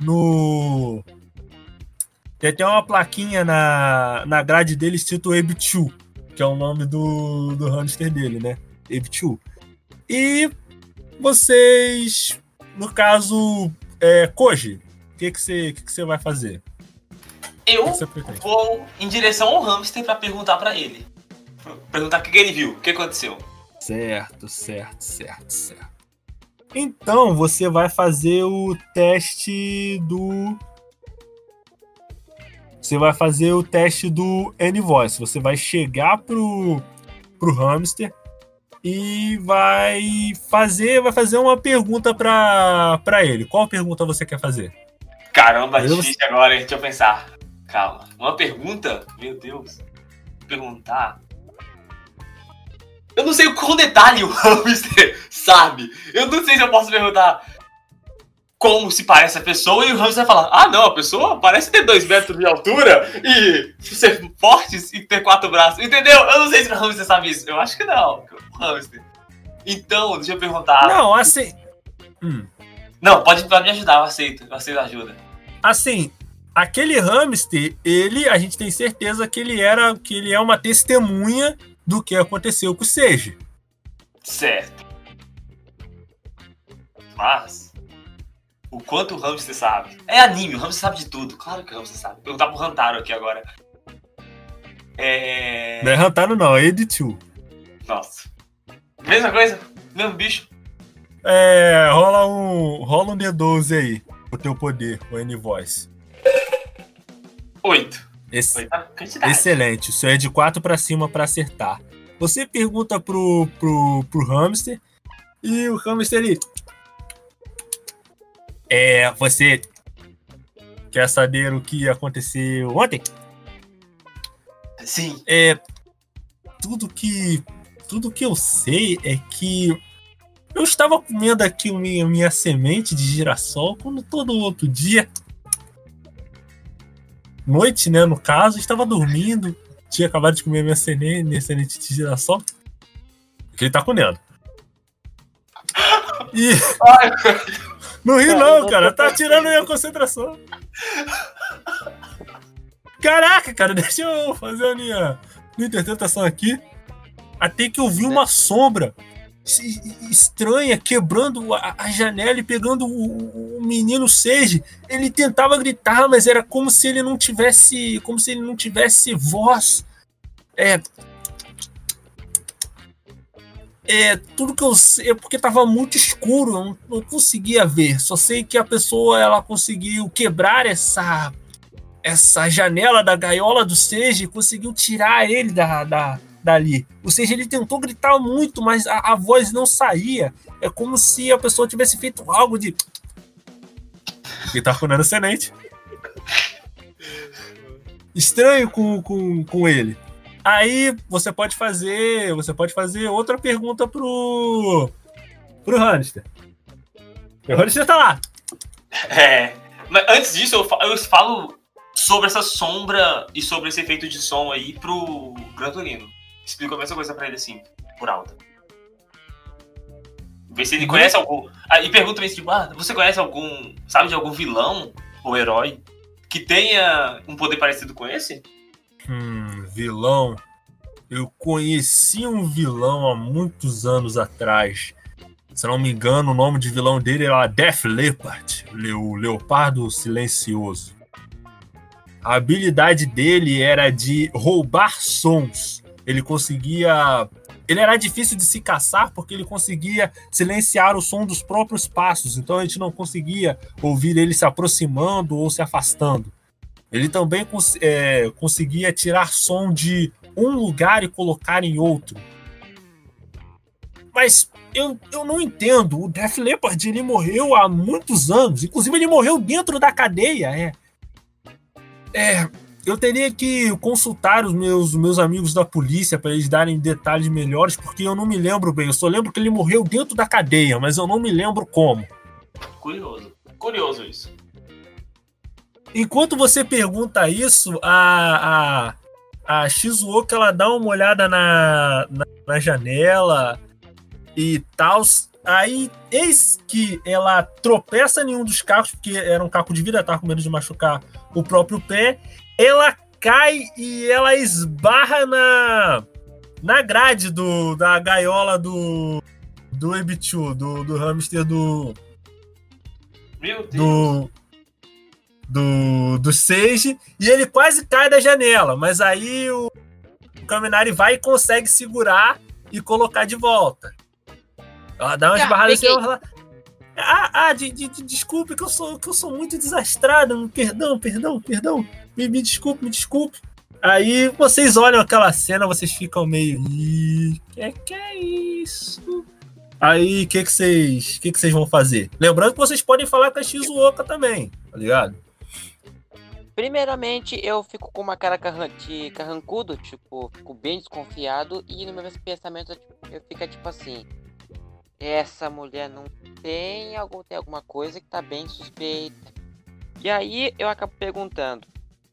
Tem até uma plaquinha na grade dele escrito Ebichu, que é o nome do hamster dele, né? Ebichu. E vocês, no caso, Koji, o que você vai fazer? Eu vou em direção ao hamster pra perguntar pra ele. Perguntar o que ele viu, o que aconteceu. Certo. Então, você vai fazer o teste do... Você vai fazer o teste do N-Voice. Você vai chegar pro hamster e vai fazer uma pergunta pra ele. Qual pergunta você quer fazer? Caramba, é difícil agora, hein? Deixa eu pensar. Calma. Uma pergunta? Meu Deus. Perguntar... Eu não sei com detalhe o hamster, sabe? Eu não sei se eu posso perguntar como se parece a pessoa e o hamster vai falar: ah, não, a pessoa parece ter 2 metros de altura e ser forte e ter 4 braços. Entendeu? Eu não sei se o hamster sabe isso. Eu acho que não, o hamster. Então, deixa eu perguntar. Não, assim... Não, pode me ajudar, eu aceito a ajuda. Assim, aquele hamster, a gente tem certeza que ele é uma testemunha do que aconteceu com o Seiji. Certo. Mas, o quanto o hamster sabe. É anime, o hamster sabe de tudo. Claro que o hamster sabe. Vou perguntar pro Hantaro aqui agora. Não é Hantaro não, é Editu. Nossa. Mesma coisa? Mesmo bicho? Rola um D12 aí, o teu poder, o N-Voice. 8. Excelente, isso é de 4 pra cima pra acertar. Você pergunta pro hamster e o hamster ali... Você quer saber o que aconteceu ontem? Sim. Tudo que eu sei é que eu estava comendo aqui minha semente de girassol quando todo outro dia, noite, né, no caso, estava dormindo, tinha acabado de comer minha semente de girassol, que ele tá comendo. E... Não ri não, cara, tá tirando minha concentração. Caraca, cara, deixa eu fazer a minha interpretação aqui. Até que eu vi uma sombra estranha quebrando a janela e pegando o menino Seiji. Ele tentava gritar, mas era como se ele não tivesse voz. Tudo que eu sei é porque tava muito escuro, eu não conseguia ver. Só sei que a pessoa ela conseguiu quebrar essa janela da gaiola do Seiji, conseguiu tirar ele dali. Ou seja, ele tentou gritar muito, mas a voz não saía. É como se a pessoa tivesse feito algo de... Ele tá comendo semente. Estranho com ele. Aí você pode fazer outra pergunta pro hamster. O hamster tá lá. Mas antes disso, eu falo sobre essa sombra e sobre esse efeito de som aí pro Gran Torino. Explico a mesma coisa pra ele assim, por alto. Vê se ele conhece algum... E pergunta também, tipo, você conhece sabe de algum vilão ou herói que tenha um poder parecido com esse? Vilão. Eu conheci um vilão há muitos anos atrás. Se não me engano, o nome de vilão dele era Death Leopard, o Leopardo Silencioso. A habilidade dele era de roubar sons. Ele era difícil de se caçar porque ele conseguia silenciar o som dos próprios passos. Então a gente não conseguia ouvir ele se aproximando ou se afastando. Ele também conseguia tirar som de um lugar e colocar em outro. Mas eu não entendo. O Death Leopard ele morreu há muitos anos. Inclusive ele morreu dentro da cadeia. Eu teria que consultar os meus amigos da polícia para eles darem detalhes melhores, porque eu não me lembro bem. Eu só lembro que ele morreu dentro da cadeia, mas eu não me lembro como. Curioso isso. Enquanto você pergunta isso, a Shizuoka ela dá uma olhada na janela e tal. Aí, eis que ela tropeça em um dos cacos, porque era um caco de vidro, ela tava com medo de machucar o próprio pé. Ela cai e ela esbarra na grade da gaiola do Ebichu, do hamster Meu Deus. do Seiji, e ele quase cai da janela, mas aí o Kaminari vai e consegue segurar e colocar de volta. Ela dá uma esbarrada assim, desculpe que eu sou muito desastrada, perdão, me desculpe. Aí vocês olham aquela cena, vocês ficam meio, que é isso? Aí o que vocês vão fazer? Lembrando que vocês podem falar com a Shizuoka também, tá ligado? Primeiramente, eu fico com uma cara de carrancudo, tipo, fico bem desconfiado, e no meu pensamento eu fico tipo assim, essa mulher não tem alguma coisa que tá bem suspeita. E aí eu acabo perguntando,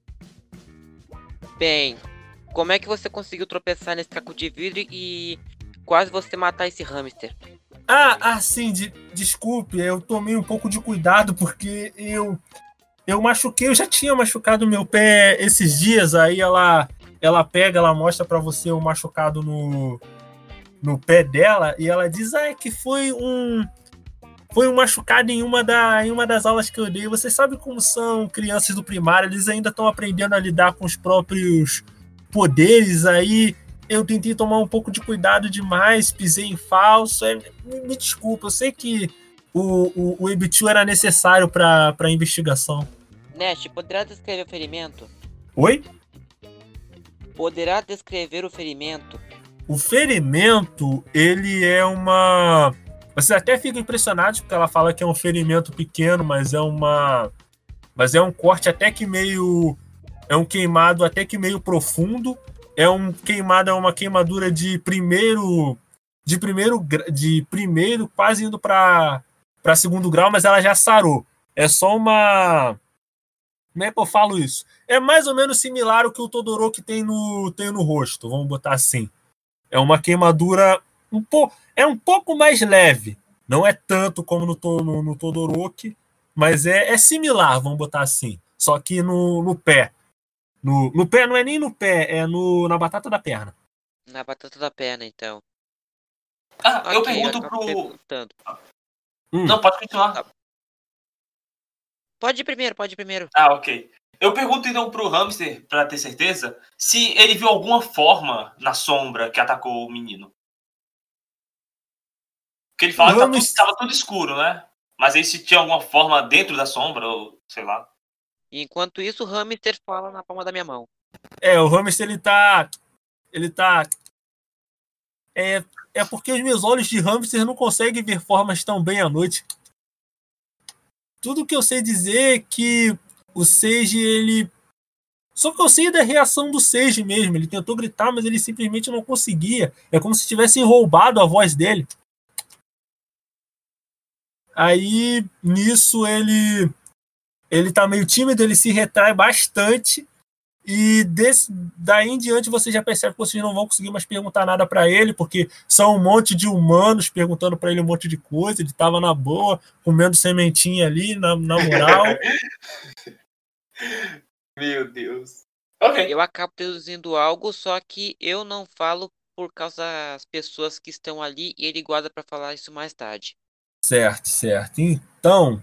bem, como é que você conseguiu tropeçar nesse caco de vidro e quase você matar esse hamster? Sim, desculpe, eu tomei um pouco de cuidado porque eu machuquei, eu já tinha machucado meu pé esses dias, aí ela mostra pra você o machucado no pé dela, e ela diz, que foi foi um machucado em uma das aulas que eu dei. Vocês sabem como são crianças do primário, eles ainda estão aprendendo a lidar com os próprios poderes. Aí eu tentei tomar um pouco de cuidado demais, pisei em falso. Me desculpa, eu sei que o EB2 era necessário para a investigação. Nest, poderá descrever o ferimento? Oi? Poderá descrever o ferimento? O ferimento, ele é uma... Vocês até ficam impressionados porque ela fala que é um ferimento pequeno, mas é um corte até que meio... É um queimado até que meio profundo. É uma queimadura de primeiro, quase indo para segundo grau, mas ela já sarou. É só uma... Como é que eu falo isso? É mais ou menos similar ao que o Todoroki tem no rosto, vamos botar assim. É uma queimadura um pouco mais leve. Não é tanto como no Todoroki, mas é similar, vamos botar assim. Só que no pé. No pé, não é nem no pé, é na batata da perna. Na batata da perna, então. Ah, eu pergunto Não, pode continuar. Pode ir primeiro. Ah, ok. Eu pergunto então pro hamster, pra ter certeza, se ele viu alguma forma na sombra que atacou o menino. Porque ele fala que estava tudo escuro, né? Mas aí se tinha alguma forma dentro da sombra, ou sei lá. Enquanto isso, o hamster fala na palma da minha mão. O hamster, ele tá... É porque os meus olhos de hamster não conseguem ver formas tão bem à noite. Tudo que eu sei dizer é que o Seiji, ele... Só que eu sei da reação do Seiji mesmo. Ele tentou gritar, mas ele simplesmente não conseguia. É como se tivessem roubado a voz dele. Aí, nisso, ele tá meio tímido, ele se retrai bastante. E daí em diante você já percebe que vocês não vão conseguir mais perguntar nada pra ele, porque são um monte de humanos perguntando pra ele um monte de coisa. Ele tava na boa, comendo sementinha ali, na moral. Meu Deus. Ok. Eu acabo deduzindo algo, só que eu não falo por causa das pessoas que estão ali e ele guarda pra falar isso mais tarde. Certo. Então,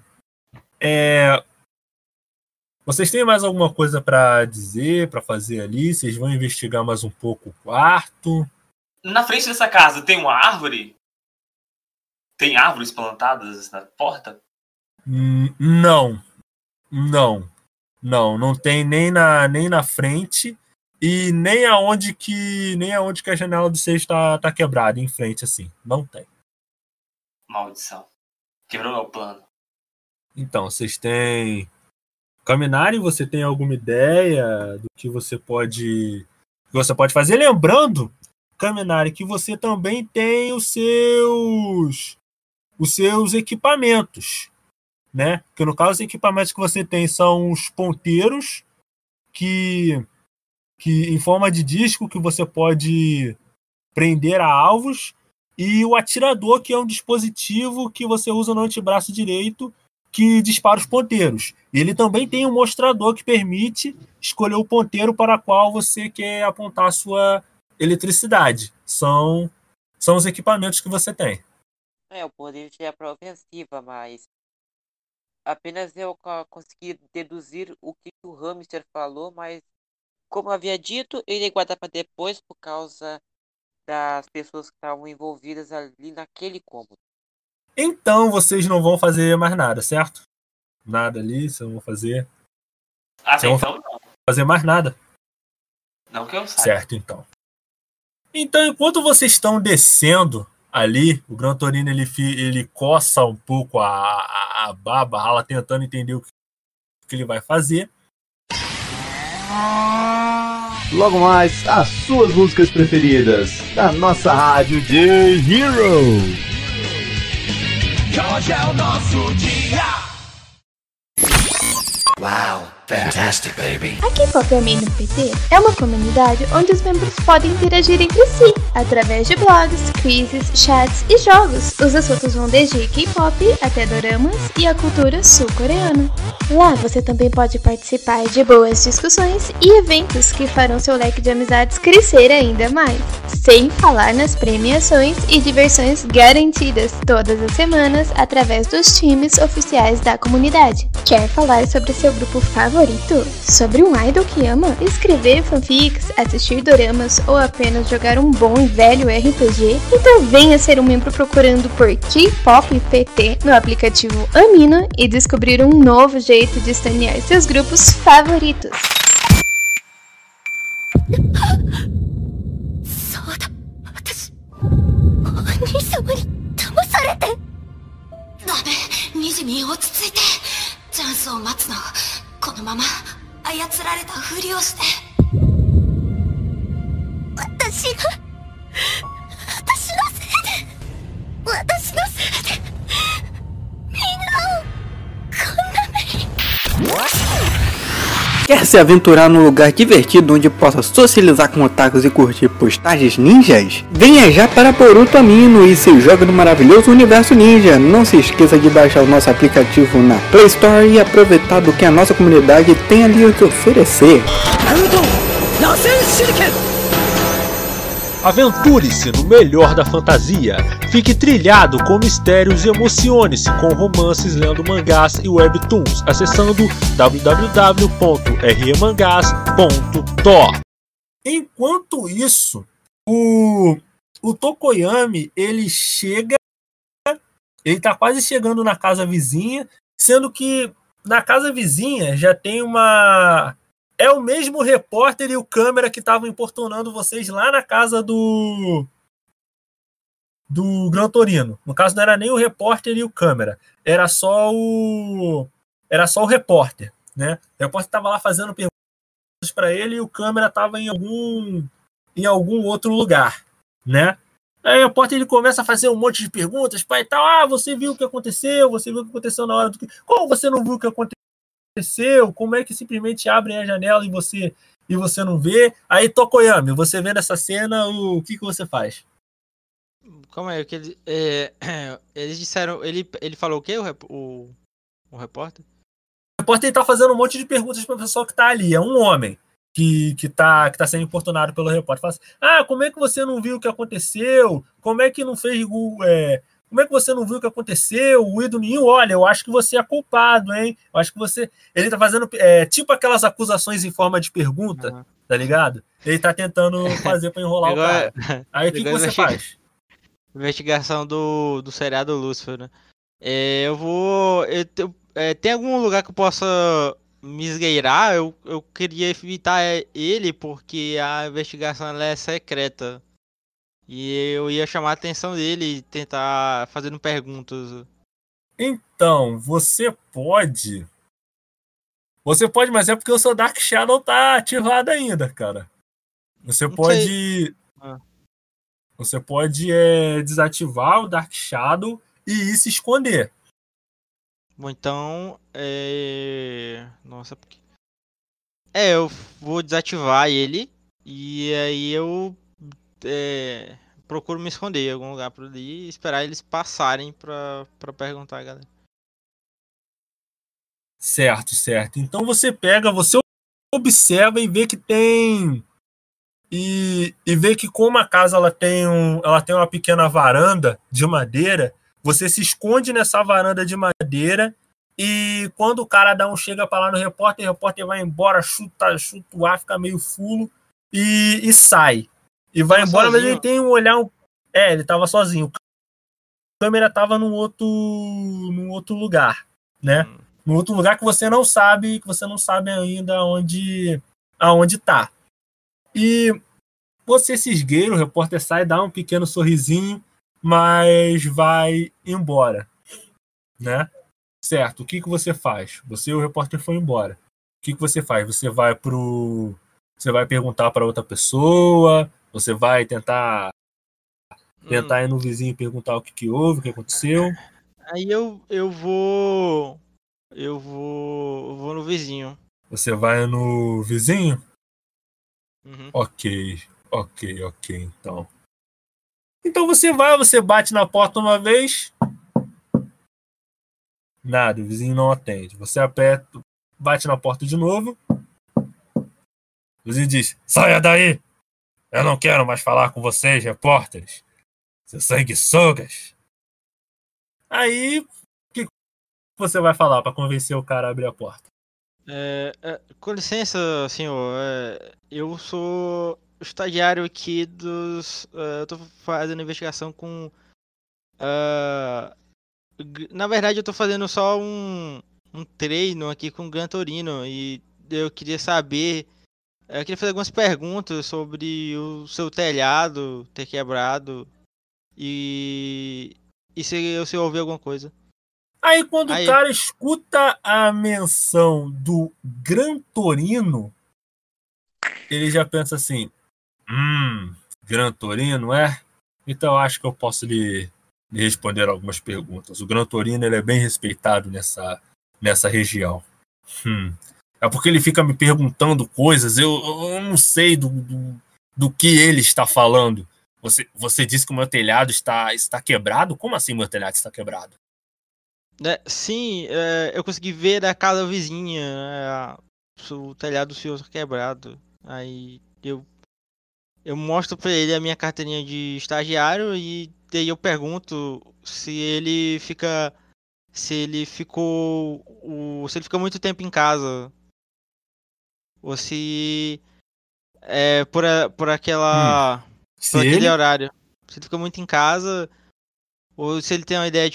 vocês têm mais alguma coisa pra dizer, pra fazer ali? Vocês vão investigar mais um pouco o quarto? Na frente dessa casa tem uma árvore? Tem árvores plantadas na porta? Não tem nem na frente e nem aonde que a janela do Seiji tá quebrada, em frente assim. Não tem. Maldição. Quebrou meu plano. Então, vocês têm... Kaminari, você tem alguma ideia do que você pode fazer? Lembrando, Kaminari, que você também tem os seus equipamentos, né? Que no caso, os equipamentos que você tem são os ponteiros que em forma de disco que você pode prender a alvos, e o atirador, que é um dispositivo que você usa no antebraço direito que dispara os ponteiros. Ele também tem um mostrador que permite escolher o ponteiro para o qual você quer apontar a sua eletricidade. São os equipamentos que você tem. Eu poderia tirar para ofensiva, mas apenas eu consegui deduzir o que o hamster falou, mas como eu havia dito, ele ia guardar para depois por causa das pessoas que estavam envolvidas ali naquele cômodo. Então vocês não vão fazer mais nada, certo? Nada ali, vocês não vão fazer. Então não. Fazer mais nada. Não que eu saiba. Certo, então. Então, enquanto vocês estão descendo ali, o Gran Torino ele coça um pouco a baba, rala, tentando entender o que ele vai fazer. Logo mais, as suas músicas preferidas da nossa rádio J-Hero. Hoje é o nosso dia. Uau, Fantastic, baby. A K-Pop Army no PT é uma comunidade onde os membros podem interagir entre si, através de blogs, quizzes, chats e jogos. Os assuntos vão desde K-Pop até doramas e a cultura sul-coreana. Lá você também pode participar de boas discussões e eventos que farão seu leque de amizades crescer ainda mais. Sem falar nas premiações e diversões garantidas todas as semanas através dos times oficiais da comunidade. Quer falar sobre seu grupo favorito? Sobre um idol que ama? Escrever fanfics, assistir doramas ou apenas jogar um bom e velho RPG? Então venha ser um membro procurando por K-Pop PT no aplicativo Amino e descobrir um novo jeito de estanear seus grupos favoritos. 2時に落ち着いてチャンスを待つの。このまま操られたふりをして。私のせいでみんなをこんな目に。 Quer se aventurar num lugar divertido onde possa socializar com otakus e curtir postagens ninjas? Venha já para Boruto Amino e se joga no maravilhoso universo ninja. Não se esqueça de baixar o nosso aplicativo na Play Store e aproveitar do que a nossa comunidade tem ali a te oferecer. Aventure-se no melhor da fantasia, fique trilhado com mistérios e emocione-se com romances lendo mangás e webtoons, acessando www.rmangás.to. Enquanto isso, o Tokoyami, ele tá quase chegando na casa vizinha, sendo que na casa vizinha já tem uma... É o mesmo repórter e o câmera que estavam importunando vocês lá na casa do Gran Torino. No caso, não era nem o repórter e o câmera. Era só o repórter, né? O repórter estava lá fazendo perguntas para ele e o câmera estava em algum outro lugar, né? Aí o repórter ele começa a fazer um monte de perguntas, pai e tal. Ah, você viu o que aconteceu? Você viu o que aconteceu na hora do... Como você não viu o que aconteceu? Como é que simplesmente abrem a janela e você não vê? Aí, Tokoyami, você vendo essa cena, o que você faz? Como é que eles disseram, ele falou o quê, o repórter? O repórter tá fazendo um monte de perguntas para o pessoal que tá ali, é um homem que tá sendo importunado pelo repórter. Fala assim, como é que você não viu o que aconteceu? Como é que não fez... Como é que você não viu o que aconteceu? O ídolo nenhum, olha, eu acho que você é culpado, hein? Eu acho que você... Ele tá fazendo tipo aquelas acusações em forma de pergunta, tá ligado? Ele tá tentando fazer pra enrolar o cara. Aí o que você faz? Investigação do seriado Lucifer, né? Tem algum lugar que eu possa me esgueirar? Eu queria evitar ele porque a investigação ela é secreta. E eu ia chamar a atenção dele e tentar fazendo perguntas. Então, você pode, mas é porque o seu Dark Shadow tá ativado ainda, cara. Você pode desativar o Dark Shadow e ir se esconder. Bom, então... Nossa, porque... eu vou desativar ele e aí eu... procuro me esconder em algum lugar por ali e esperar eles passarem pra perguntar, galera. Certo. Então você observa e vê que tem... E vê que como a casa ela tem uma pequena varanda de madeira, você se esconde nessa varanda de madeira e quando o cara chega pra lá no repórter, o repórter vai embora, chuta o ar, fica meio fulo e sai. E vai embora, sozinho. Mas ele tem um olhar... ele tava sozinho. A câmera tava num outro lugar, né? Num outro lugar que você não sabe ainda aonde tá. E você se esgueira, o repórter sai, dá um pequeno sorrisinho, mas vai embora, né? Certo, o que você faz? Você e o repórter foi embora. O que você faz? Você vai perguntar para outra pessoa... Você vai tentar ir no vizinho e perguntar o que houve, o que aconteceu. Aí eu vou no vizinho. Você vai no vizinho? Uhum. Ok, então. Então você vai, você bate na porta uma vez. Nada, o vizinho não atende. Você aperta, bate na porta de novo. O vizinho diz: saia daí! Eu não quero mais falar com vocês, repórteres. Seus sanguessugas. Aí, o que você vai falar para convencer o cara a abrir a porta? Com licença, senhor. Eu sou estagiário aqui dos. Eu tô fazendo investigação com. Na verdade, eu tô fazendo só um treino aqui com o Gran Torino. E eu queria saber. Eu queria fazer algumas perguntas sobre o seu telhado ter quebrado. E se você ouvir alguma coisa. Aí quando o cara escuta a menção do Gran Torino, ele já pensa assim: Gran Torino, é? Então eu acho que eu posso lhe responder algumas perguntas. O Gran Torino ele é bem respeitado nessa região. É porque ele fica me perguntando coisas, eu não sei do que ele está falando. Você disse que o meu telhado está quebrado? Como assim meu telhado está quebrado? Sim, eu consegui ver da casa vizinha, o telhado do senhor está quebrado. Aí eu mostro pra ele a minha carteirinha de estagiário e daí eu pergunto se ele fica muito tempo em casa ou se por aquele horário. Se ele fica muito em casa ou se ele tem uma ideia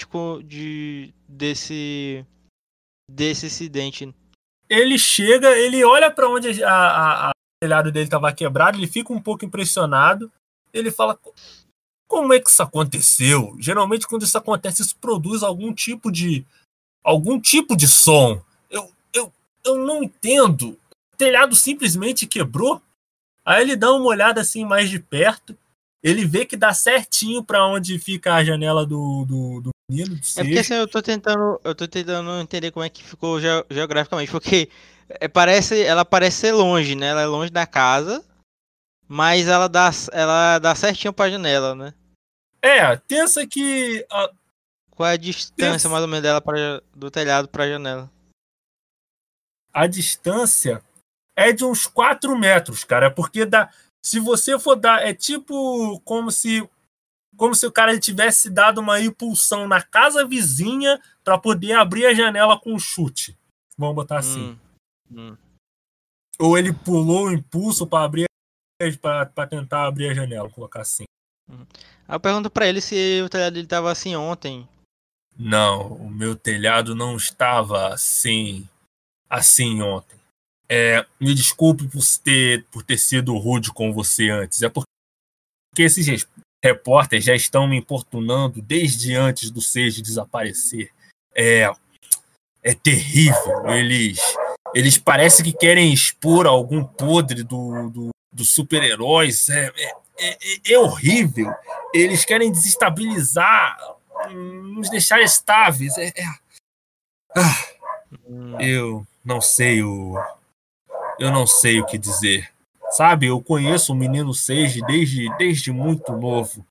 desse incidente. Ele chega, ele olha para onde o telhado dele estava quebrado, ele fica um pouco impressionado. Ele fala: como é que isso aconteceu? Geralmente quando isso acontece, isso produz algum tipo de som. Eu não entendo. O telhado simplesmente quebrou. Aí ele dá uma olhada assim mais de perto. Ele vê que dá certinho para onde fica a janela do menino. É porque assim, eu tô tentando entender como é que ficou geograficamente, porque ela parece ser longe, né? Ela é longe da casa, mas ela dá certinho pra janela, né? Pensa que... Qual é a distância mais ou menos dela do telhado pra janela? A distância é de uns 4 metros, cara, porque se você for dar, é tipo como se o cara tivesse dado uma impulsão na casa vizinha para poder abrir a janela com um chute. Vamos botar assim. Ou ele pulou o impulso para tentar abrir a janela, colocar assim. Eu pergunto para ele se o telhado dele estava assim ontem. Não, o meu telhado não estava assim ontem. Me desculpe por ter sido rude com você antes. É porque esses repórteres já estão me importunando desde antes do Seiji desaparecer. É terrível. Eles parecem que querem expor algum podre dos super-heróis. É horrível. Eles querem desestabilizar, nos deixar estáveis. Eu não sei o que dizer. Sabe, eu conheço o menino Seiji desde muito novo.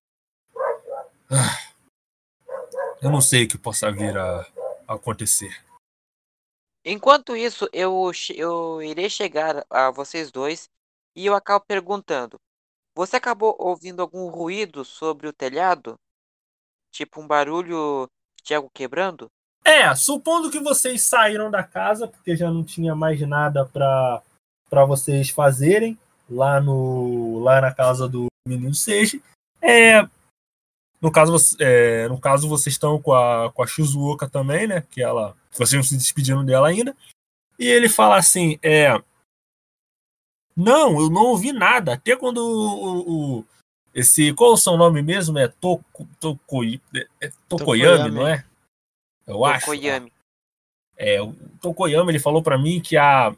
Eu não sei o que possa vir a acontecer. Enquanto isso, eu irei chegar a vocês dois e eu acabo perguntando: você acabou ouvindo algum ruído sobre o telhado? Tipo um barulho de algo quebrando? Supondo que vocês saíram da casa, porque já não tinha mais nada para vocês fazerem lá na casa do menino Seiji. No caso, vocês estão com a Shizuoka também, né? Que vocês não se despediram dela ainda. E ele fala assim: não, eu não ouvi nada. Até quando qual é o seu nome mesmo? É Tokoyami, não é? Eu acho. Tokoyami. O Tokoyami, ele falou para mim que a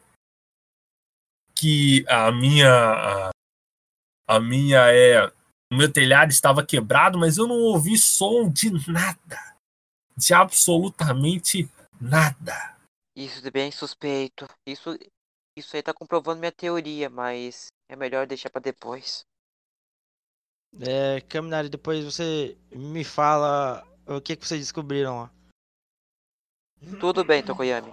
minha o meu telhado estava quebrado, mas eu não ouvi som de nada. De absolutamente nada. Isso é bem suspeito. Isso Isso aí tá comprovando minha teoria, mas é melhor deixar pra depois. Caminari, depois você me fala o que vocês descobriram lá. Tudo bem, Tokoyami.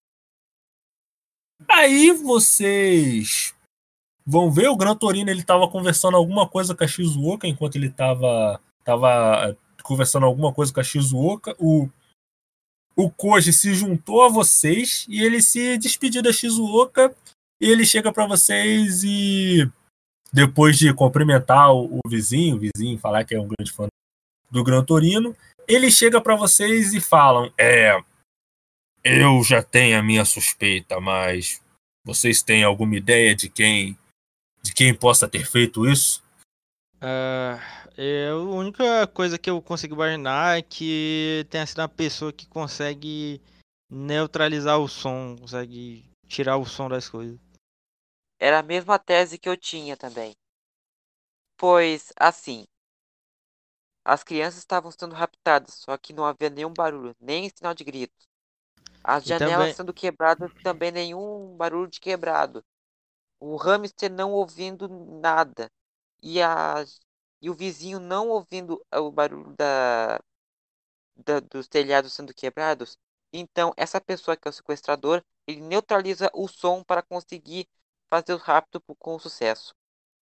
Aí vocês vão ver o Gran Torino, ele tava conversando alguma coisa com a Shizuoka enquanto ele tava conversando alguma coisa com a Shizuoka. O Koji se juntou a vocês e ele se despediu da Shizuoka e ele chega pra vocês e depois de cumprimentar o vizinho falar que é um grande fã do Gran Torino, ele chega pra vocês e falam: eu já tenho a minha suspeita, mas vocês têm alguma ideia de quem possa ter feito isso? A única coisa que eu consigo imaginar é que tenha sido uma pessoa que consegue neutralizar o som, consegue tirar o som das coisas. Era a mesma tese que eu tinha também. Pois, assim, as crianças estavam sendo raptadas, só que não havia nenhum barulho, nem sinal de grito. As E janelas também, sendo quebradas, também nenhum barulho de quebrado. O hamster não ouvindo nada. E o vizinho não ouvindo o barulho dos telhados sendo quebrados. Então, essa pessoa que é o sequestrador, ele neutraliza o som para conseguir fazer o rapto com sucesso.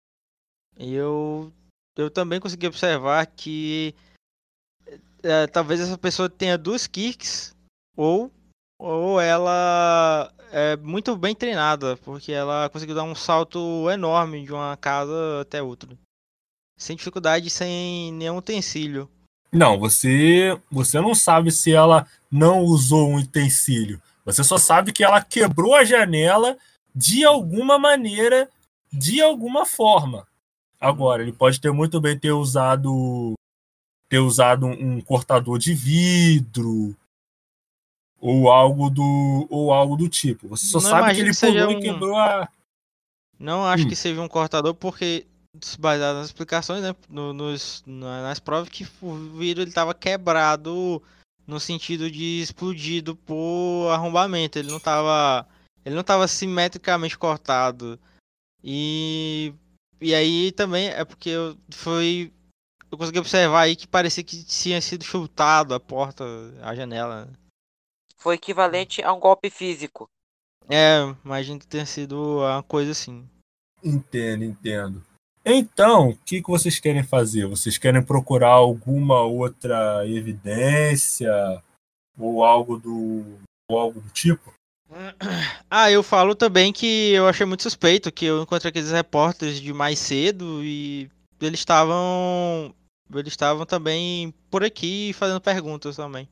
eu também consegui observar que talvez essa pessoa tenha duas kicks ou ela é muito bem treinada, porque ela conseguiu dar um salto enorme de uma casa até outra. Sem dificuldade, sem nenhum utensílio. Não, você não sabe se ela não usou um utensílio. Você só sabe que ela quebrou a janela de alguma maneira, de alguma forma. Agora, ele pode ter muito bem ter usado um cortador de vidro ou algo do tipo. Você só Não sabe que imagino ele que seja pulou e quebrou a... Não acho que seja um cortador, porque baseado nas explicações, né, nas provas, que o vidro ele estava quebrado no sentido de explodido por arrombamento. Ele não tava simetricamente cortado. E aí também é porque eu consegui observar aí que parecia que tinha sido chutado a porta, a janela. Foi equivalente a um golpe físico. Imagino que tenha sido uma coisa assim. Entendo. Então, o que vocês querem fazer? Vocês querem procurar alguma outra evidência ou algo do tipo? Eu falo também que eu achei muito suspeito que eu encontrei aqueles repórteres de mais cedo e eles estavam também por aqui fazendo perguntas também.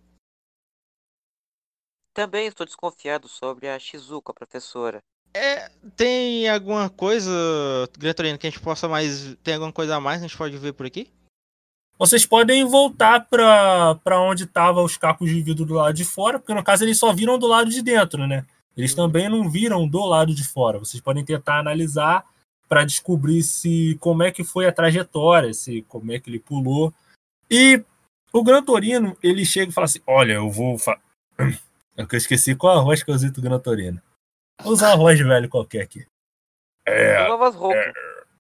Também estou desconfiado sobre a Shizuka, professora. Tem alguma coisa, Gran Torino, que a gente possa mais... Tem alguma coisa a mais que a gente pode ver por aqui? Vocês podem voltar para onde estavam os cacos de vidro do lado de fora, porque no caso eles só viram do lado de dentro, né? Eles também não viram do lado de fora. Vocês podem tentar analisar para descobrir como é que foi a trajetória, como é que ele pulou. E o Gran Torino, ele chega e fala assim: olha, eu esqueci qual a voz que eu usei do Gran Torino. Vou usar uma voz de velho qualquer aqui. Uma voz rouca.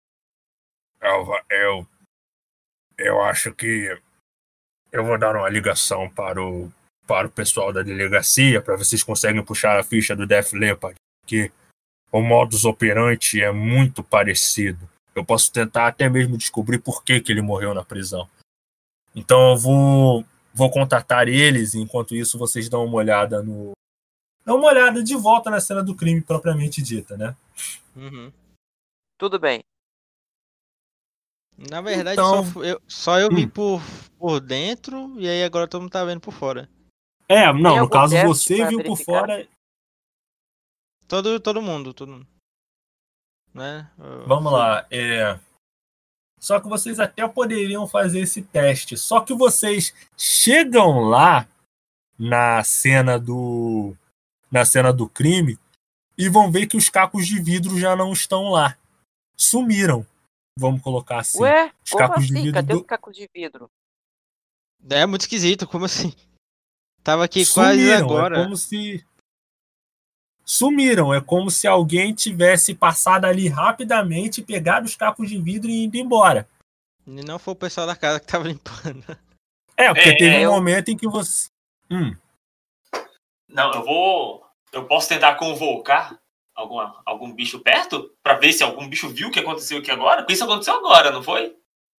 Eu acho que eu vou dar uma ligação para o pessoal da delegacia para ver se vocês conseguem puxar a ficha do Def Leppard, que o modus operandi é muito parecido. Eu posso tentar até mesmo descobrir por que ele morreu na prisão. Então eu vou contatar eles, e enquanto isso vocês dão uma olhada de volta na cena do crime propriamente dita, né? Uhum. Tudo bem. Na verdade, Então, só eu vi por dentro e aí agora todo mundo tá vendo por fora. Não, no caso você viu por fora. Todo mundo. Né? Vamos lá. Só que vocês até poderiam fazer esse teste. Só que vocês chegam lá na cena do crime e vão ver que os cacos de vidro já não estão lá. Sumiram. Vamos colocar assim. Ué? Os Como cacos assim? de vidro Cadê os cacos de vidro? É muito esquisito, como assim? Tava aqui sumiram, quase agora. É como se sumiram. É como se alguém tivesse passado ali rapidamente, pegado os cacos de vidro e ido embora. E não foi o pessoal da casa que tava limpando. Porque teve um momento em que você... Não, eu posso tentar convocar algum bicho perto pra ver se algum bicho viu o que aconteceu aqui agora? Porque isso aconteceu agora, não foi?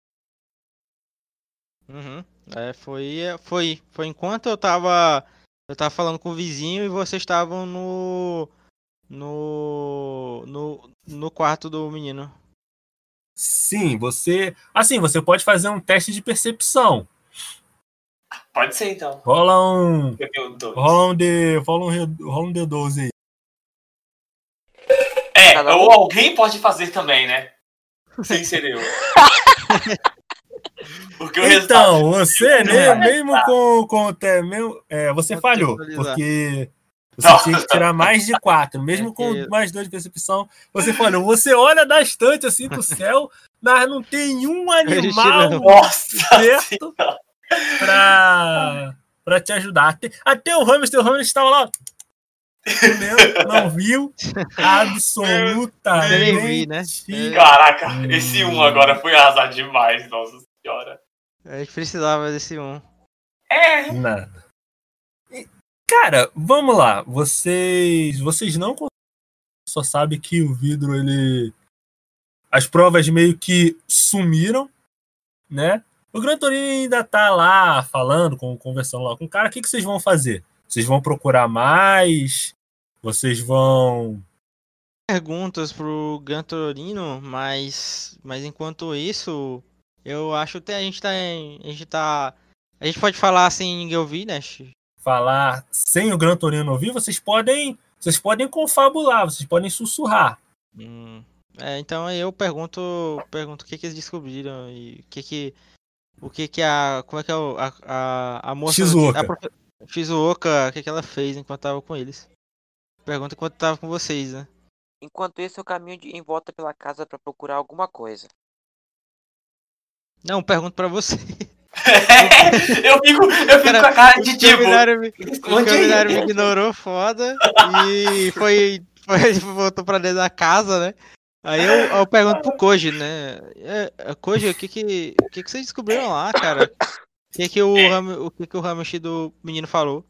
Uhum. Foi enquanto eu tava falando com o vizinho e vocês estavam no quarto do menino. Sim, você pode fazer um teste de percepção. Pode ser, então. Rola um D12 aí. Ou alguém pode fazer também, né? Sem ser eu. Porque então, você mesmo você falhou, porque você tinha que tirar mais de 4, mesmo com mais 2 de percepção, você falhou. Você olha da estante assim pro céu, mas não tem um animal perto pra te ajudar. Até o hamster estava lá, não viu absolutamente. Né? Caraca, esse agora foi arrasado demais, nossa senhora. A gente precisava desse Nada. Cara, vamos lá. Vocês não só sabem que o vidro, as provas meio que sumiram, né? O Gran Torino ainda tá lá falando, conversando lá com o cara. O que vocês vão fazer? Vocês vão procurar mais? Vocês vão... Perguntas pro Gran Torino, mas enquanto isso, eu acho que a gente pode falar sem ninguém ouvir, né? Falar sem o Gran Torino ouvir, vocês podem confabular, vocês podem sussurrar. Então eu pergunto o que eles descobriram e como é que a moça Shizuoka, o que ela fez enquanto tava com eles. Pergunta enquanto tava com vocês, né? Enquanto isso, eu caminho em volta pela casa pra procurar alguma coisa. Não, pergunto pra você. eu fico com a cara de tipo... O caminhonário me ignorou, foda, e voltou pra dentro da casa, né? Aí eu pergunto pro Koji, né? Koji, o que vocês descobriram lá, cara? O que o Hamish do menino falou?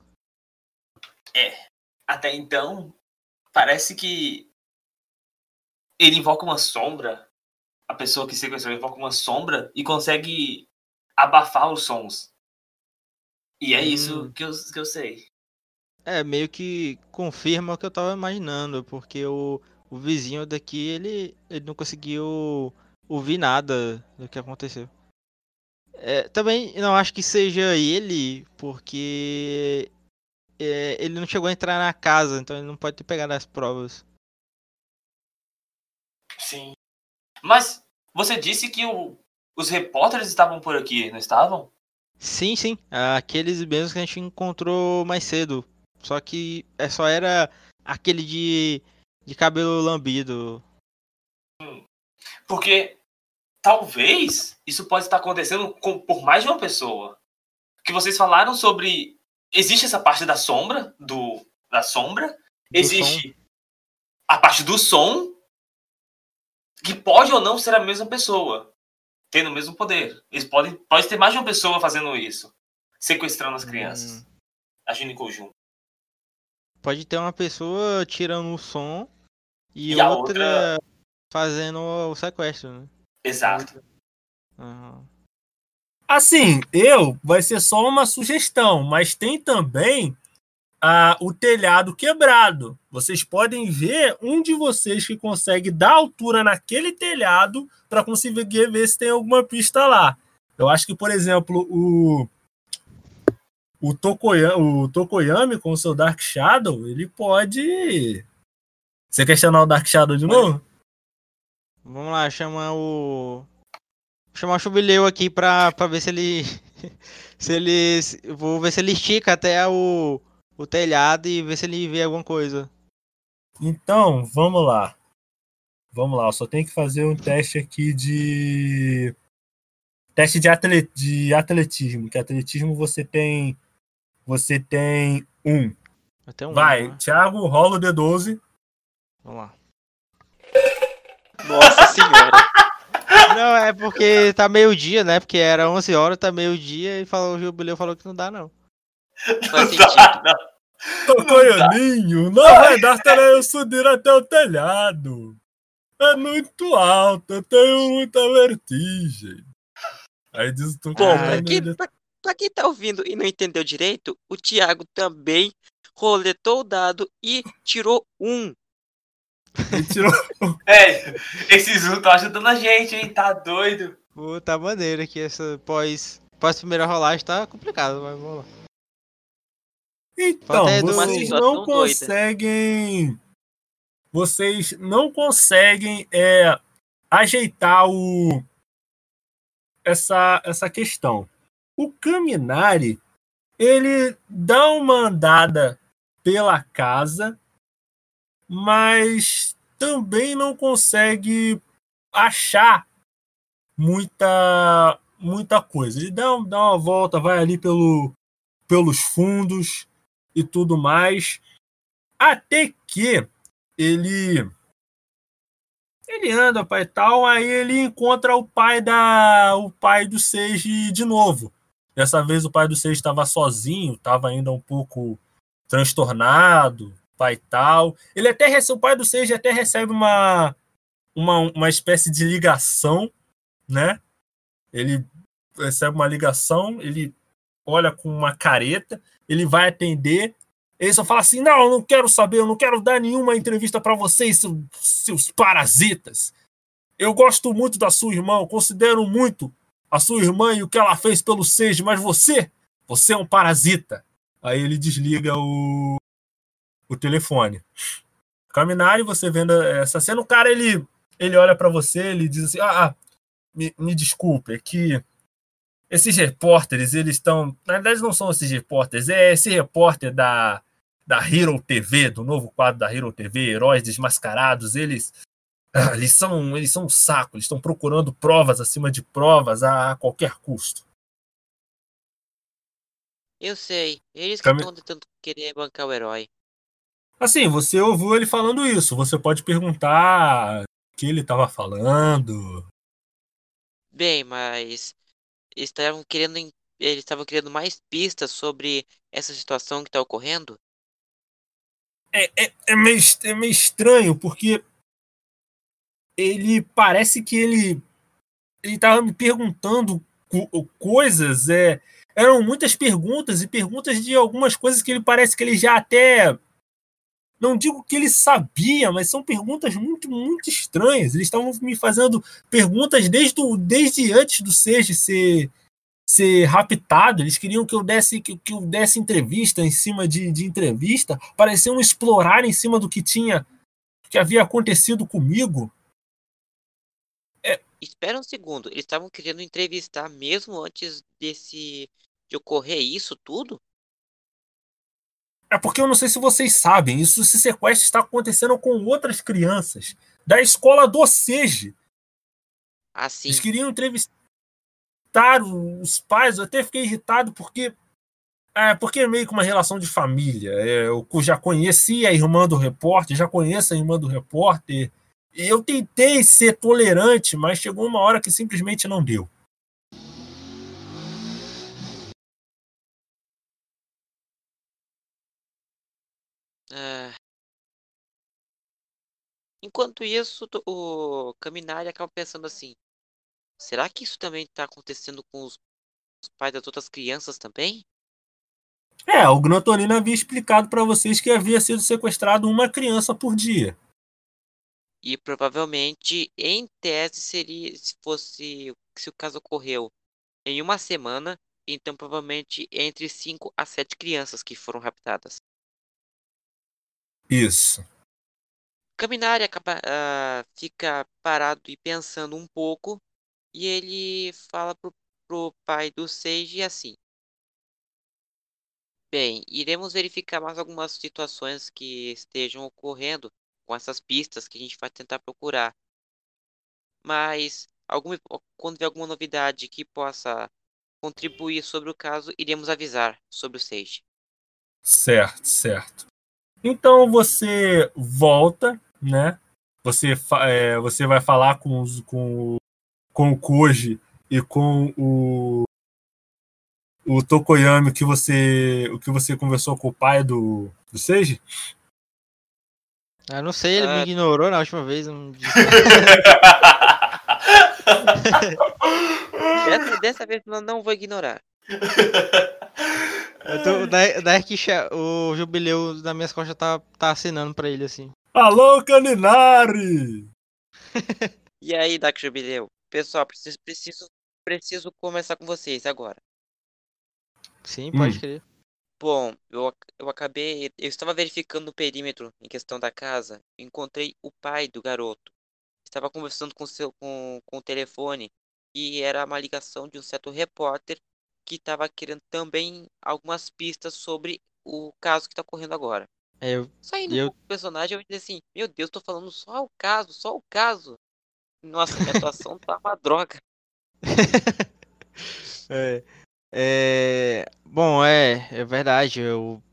Até então, parece que ele invoca uma sombra. A pessoa que sequestrou invoca uma sombra e consegue abafar os sons. E é isso que eu sei. Meio que confirma o que eu tava imaginando, porque o vizinho daqui, ele não conseguiu ouvir nada do que aconteceu. Também não acho que seja ele, porque ele não chegou a entrar na casa, então ele não pode ter pegado as provas. Sim. Mas você disse que os repórteres estavam por aqui, não estavam? Sim. Aqueles mesmos que a gente encontrou mais cedo. Só que só era aquele de cabelo lambido. Porque talvez isso pode estar acontecendo por mais de uma pessoa. Que vocês falaram sobre... Existe essa parte da sombra, da sombra. Existe a parte do som, que pode ou não ser a mesma pessoa, tendo o mesmo poder. Eles pode ter mais de uma pessoa fazendo isso, sequestrando as crianças, agindo em conjunto. Pode ter uma pessoa tirando o som e outra fazendo o sequestro, né? Exato. Assim, vai ser só uma sugestão, mas tem também o telhado quebrado. Vocês podem ver um de vocês que consegue dar altura naquele telhado para conseguir ver se tem alguma pista lá. Eu acho que, por exemplo, o Tokoyami com o seu Dark Shadow, ele pode... Você quer chamar o Dark Shadow de novo? Vamos lá, chamar o Chubileu aqui pra ver se ele... Vou ver se ele estica até o telhado e ver se ele vê alguma coisa. Então, vamos lá. Eu só tenho que fazer um teste aqui de... Teste de atletismo. Que atletismo você tem 1. Até um, Vai, né? Thiago, rola o D12. Vamos lá. Nossa senhora. Não, é porque tá meio-dia, né? Porque era 11 horas, tá meio-dia e falou, o Jubileu falou que não dá, não. Faz Não sentido. dá, não. Tocoioninho, não vai dar para eu subir até o telhado. É muito alto, eu tenho muita vertigem. Aí diz o Bom, Tocoioninho. pra quem tá ouvindo e não entendeu direito, o Thiago também roletou o dado e tirou um. Ele tirou. É, esses um estão ajudando a gente, hein? Tá doido. Pô, tá maneiro aqui essa pós-primeira rolagem tá complicado, mas vamos lá. Falta Então, aí do... Uma vocês situação não doida. conseguem. Vocês não conseguem ajeitar essa questão. O Caminari, ele dá uma andada pela casa, mas também não consegue achar muita coisa. Ele dá uma volta, vai ali pelos fundos e tudo mais, até que ele anda pai tal, aí ele encontra o pai do Seiji de novo. Dessa vez o pai do Seiji estava sozinho, estava ainda um pouco transtornado, pai tal. O pai do Seiji até recebe uma espécie de ligação, né? Ele recebe uma ligação, ele olha com uma careta, ele vai atender, ele só fala assim: não, eu não quero saber, eu não quero dar nenhuma entrevista para vocês, seus parasitas. Eu gosto muito da sua irmã, eu considero muito a sua irmã e o que ela fez pelo Seiji, mas você é um parasita. Aí ele desliga o telefone. Caminari, você vendo essa cena, o cara ele olha para você, ele diz assim: me desculpe, é que esses repórteres, eles estão. Na verdade, não são esses repórteres, é esse repórter da Hero TV, do novo quadro da Hero TV, Heróis Desmascarados. Eles são um saco, eles estão procurando provas acima de provas a qualquer custo. Eu sei, eles que estão tentando querer bancar o herói. Assim, você ouviu ele falando isso, você pode perguntar o que ele estava falando. Bem, mas eles estavam querendo mais pistas sobre essa situação que tá ocorrendo? É meio estranho, porque ele parece que ele estava me perguntando coisas, eram muitas perguntas e perguntas de algumas coisas que ele parece que ele já até, não digo que ele sabia, mas são perguntas muito, muito estranhas. Eles estavam me fazendo perguntas desde antes do Seiji ser raptado. Eles queriam que eu desse entrevista em cima de entrevista, pareciam explorar em cima do que havia acontecido comigo. Espera um segundo, eles estavam querendo entrevistar mesmo antes de ocorrer isso tudo? É porque eu não sei se vocês sabem, esse sequestro está acontecendo com outras crianças da escola do Seiji. Assim. Eles queriam entrevistar os pais. Eu até fiquei irritado porque é meio que uma relação de família. Eu já conheci a irmã do repórter, já conheço a irmã do repórter. E eu tentei ser tolerante, mas chegou uma hora que simplesmente não deu. Enquanto isso, o Caminari acaba pensando assim: será que isso também está acontecendo com os pais das outras crianças também? O Gnotonino havia explicado para vocês que havia sido sequestrado uma criança por dia. E provavelmente, em tese, seria se o caso ocorreu em uma semana, então provavelmente entre 5 a 7 crianças que foram raptadas. Isso. Caminari fica parado e pensando um pouco, e ele fala pro pai do Seiji assim: bem, iremos verificar mais algumas situações que estejam ocorrendo com essas pistas que a gente vai tentar procurar. Mas quando tiver alguma novidade que possa contribuir sobre o caso, iremos avisar sobre o Sage. Certo, certo. Então você volta, né? Você vai falar com o Koji e com o Tokoyami o que você conversou com o pai do Seiji? Eu não sei, ele me ignorou na última vez. Não disse Dessa vez eu não vou ignorar. O Jubileu nas minhas costas tá assinando pra ele assim. Alô, Kaninari! E aí, Dark Jubileu? Pessoal, preciso conversar com vocês agora. Sim, pode crer. Bom, eu estava verificando o perímetro em questão da casa, encontrei o pai do garoto. Estava conversando com o telefone e era uma ligação de um certo repórter que estava querendo também algumas pistas sobre o caso que está ocorrendo agora. Saindo com o personagem, eu disse assim, meu Deus, tô falando só o caso. Nossa, minha atuação tá uma droga. Bom, é verdade.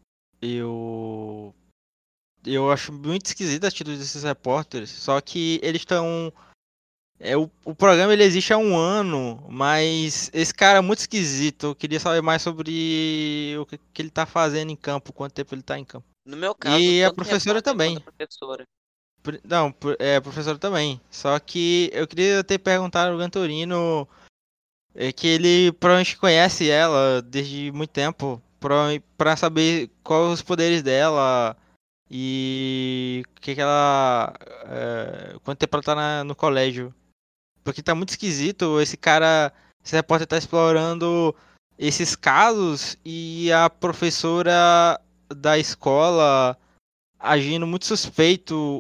Eu acho muito esquisito a atitude desses repórteres. Só que eles estão. O programa ele existe há 1 ano, mas esse cara é muito esquisito. Eu queria saber mais sobre o que ele tá fazendo em campo, quanto tempo ele tá em campo. No meu caso, E a tanto professora repórter também. quanto a professora. Não, a professora também. Só que eu queria ter perguntado ao Gantorino que ele provavelmente conhece ela desde muito tempo pra saber quais os poderes dela e o que ela. Quanto tempo ela tá no colégio. Porque tá muito esquisito esse repórter tá explorando esses casos e a professora da escola agindo muito suspeito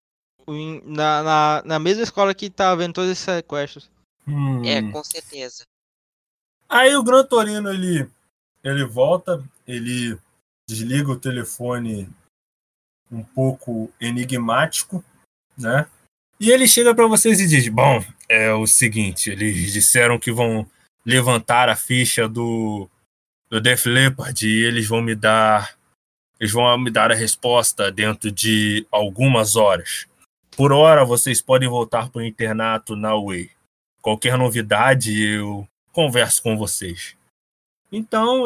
na mesma escola que tá vendo todos esses sequestros. Com certeza. Aí o Gran Torino, ele volta, ele desliga o telefone um pouco enigmático, né? E ele chega para vocês e diz, bom, é o seguinte, eles disseram que vão levantar a ficha do Def Leppard e eles vão me dar a resposta dentro de algumas horas. Por hora, vocês podem voltar para o internato na Way. Qualquer novidade, eu converso com vocês. Então,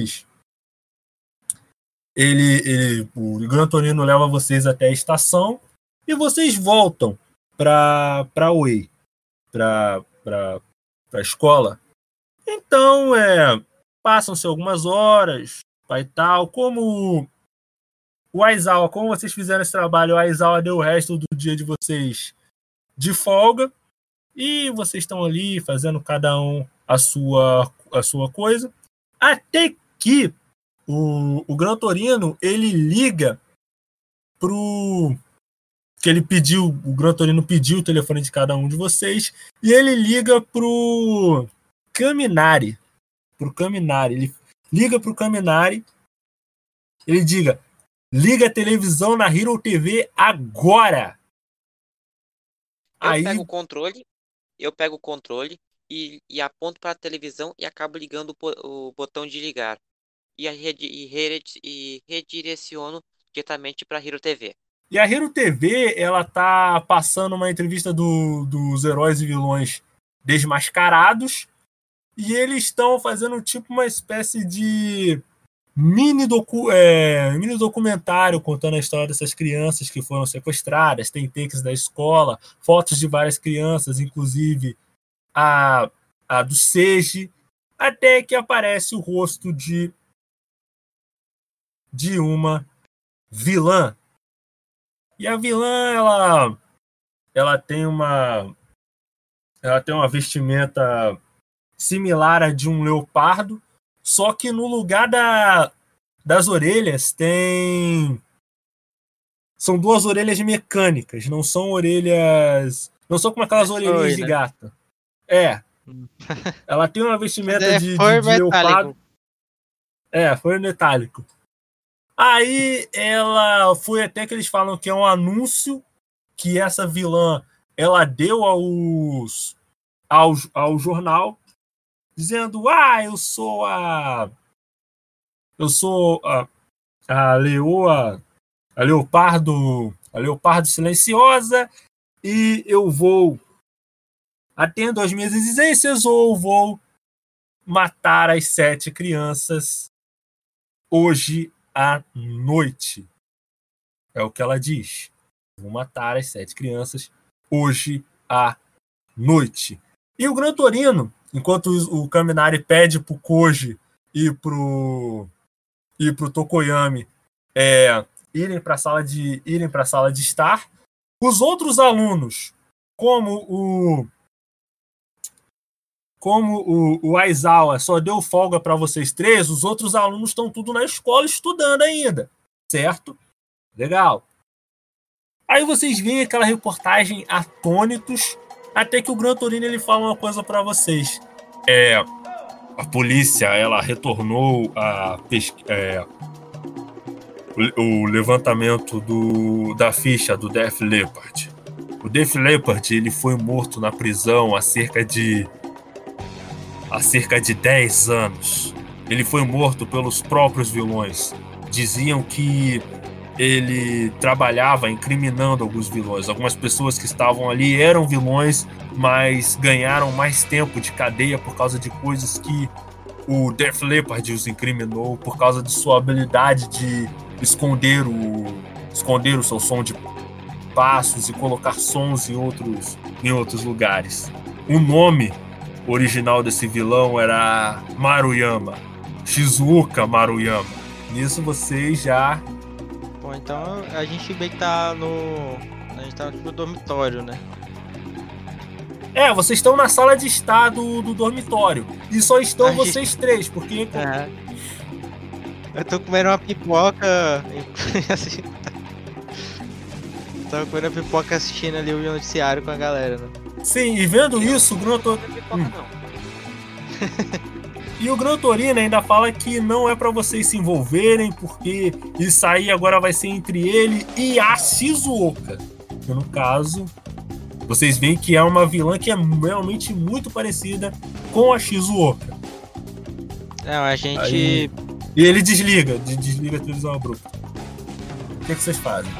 o Gran Torino leva vocês até a estação e vocês voltam para Way, para a escola. Então, passam-se algumas horas, e tal, como o Aizawa, como vocês fizeram esse trabalho, o Aizawa deu o resto do dia de vocês de folga e vocês estão ali fazendo cada um a sua coisa, até que o Gran Torino, ele liga o Gran Torino pediu o telefone de cada um de vocês e ele liga pro Kaminari. Ele liga pro Kaminari, ele diga, liga a televisão na Hero TV agora! Eu pego o controle e aponto para a televisão e acabo ligando o botão de ligar. E redireciono diretamente para a Hero TV. E a Hero TV, ela tá passando uma entrevista dos heróis e vilões desmascarados e eles estão fazendo tipo uma espécie de mini documentário contando a história dessas crianças que foram sequestradas. Tem takes da escola, fotos de várias crianças, inclusive a do Seiji, até que aparece o rosto de uma vilã. E a vilã, ela tem uma vestimenta similar à de um leopardo, só que no lugar das orelhas são 2 orelhas mecânicas, não são como aquelas orelhinhas de gato. Ela tem uma vestimenta de leopardo. Foi metálico. Aí ela foi até que eles falam que é um anúncio que essa vilã ela deu ao jornal, dizendo: eu sou a leopardo silenciosa, e eu vou atendo às minhas exigências ou vou matar as 7 crianças hoje à noite. É o que ela diz. Vou matar as 7 crianças hoje à noite. E o Gran Torino, enquanto o Kaminari pede pro Koji e pro Tokoyami irem para a sala de estar, os outros alunos, como o Aizawa só deu folga para vocês 3, os outros alunos estão tudo na escola estudando ainda, certo? Legal. Aí vocês veem aquela reportagem atônitos, até que o Gran Torino ele fala uma coisa para vocês. A polícia ela retornou o levantamento da ficha do Def Leppard. O Def Leppard ele foi morto na prisão há cerca de 10 anos. Ele foi morto pelos próprios vilões. Diziam que ele trabalhava incriminando alguns vilões. Algumas pessoas que estavam ali eram vilões, mas ganharam mais tempo de cadeia por causa de coisas que o Def Leppard os incriminou, por causa de sua habilidade de esconder o seu som de passos e colocar sons em outros lugares. O nome original desse vilão era Maruyama, Shizuoka Maruyama. Nisso vocês já... Bom, então a gente meio que tá a gente tá no dormitório, né? Vocês estão na sala de estar do dormitório. E só estão vocês 3, porque... Eu tô comendo uma pipoca. Tô comendo uma pipoca assistindo ali o noticiário com a galera, né? Sim, e vendo isso, o Gran Torino... E o Gran Torino ainda fala que não é pra vocês se envolverem, porque isso aí agora vai ser entre ele e a Shizuoka. Que no caso, vocês veem que é uma vilã que é realmente muito parecida com a Shizuoka. Não, a gente... Aí... E ele desliga a televisão abrupta. O que vocês fazem?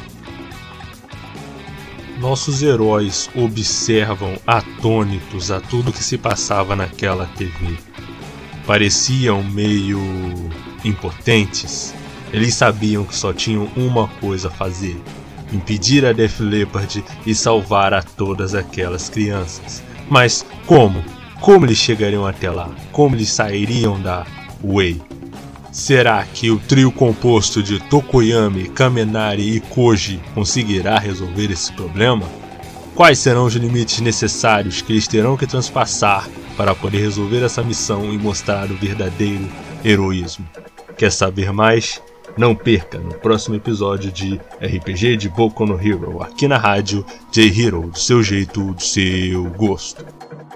Nossos heróis observam atônitos a tudo que se passava naquela TV. Pareciam meio impotentes. Eles sabiam que só tinham uma coisa a fazer: impedir a Def Leppard e salvar a todas aquelas crianças. Mas como? Como eles chegariam até lá? Como eles sairiam da Way? Será que o trio composto de Tokoyami, Kaminari e Koji conseguirá resolver esse problema? Quais serão os limites necessários que eles terão que transpassar para poder resolver essa missão e mostrar o verdadeiro heroísmo? Quer saber mais? Não perca no próximo episódio de RPG de Boku no Hero, aqui na rádio J-Hero, do seu jeito, do seu gosto.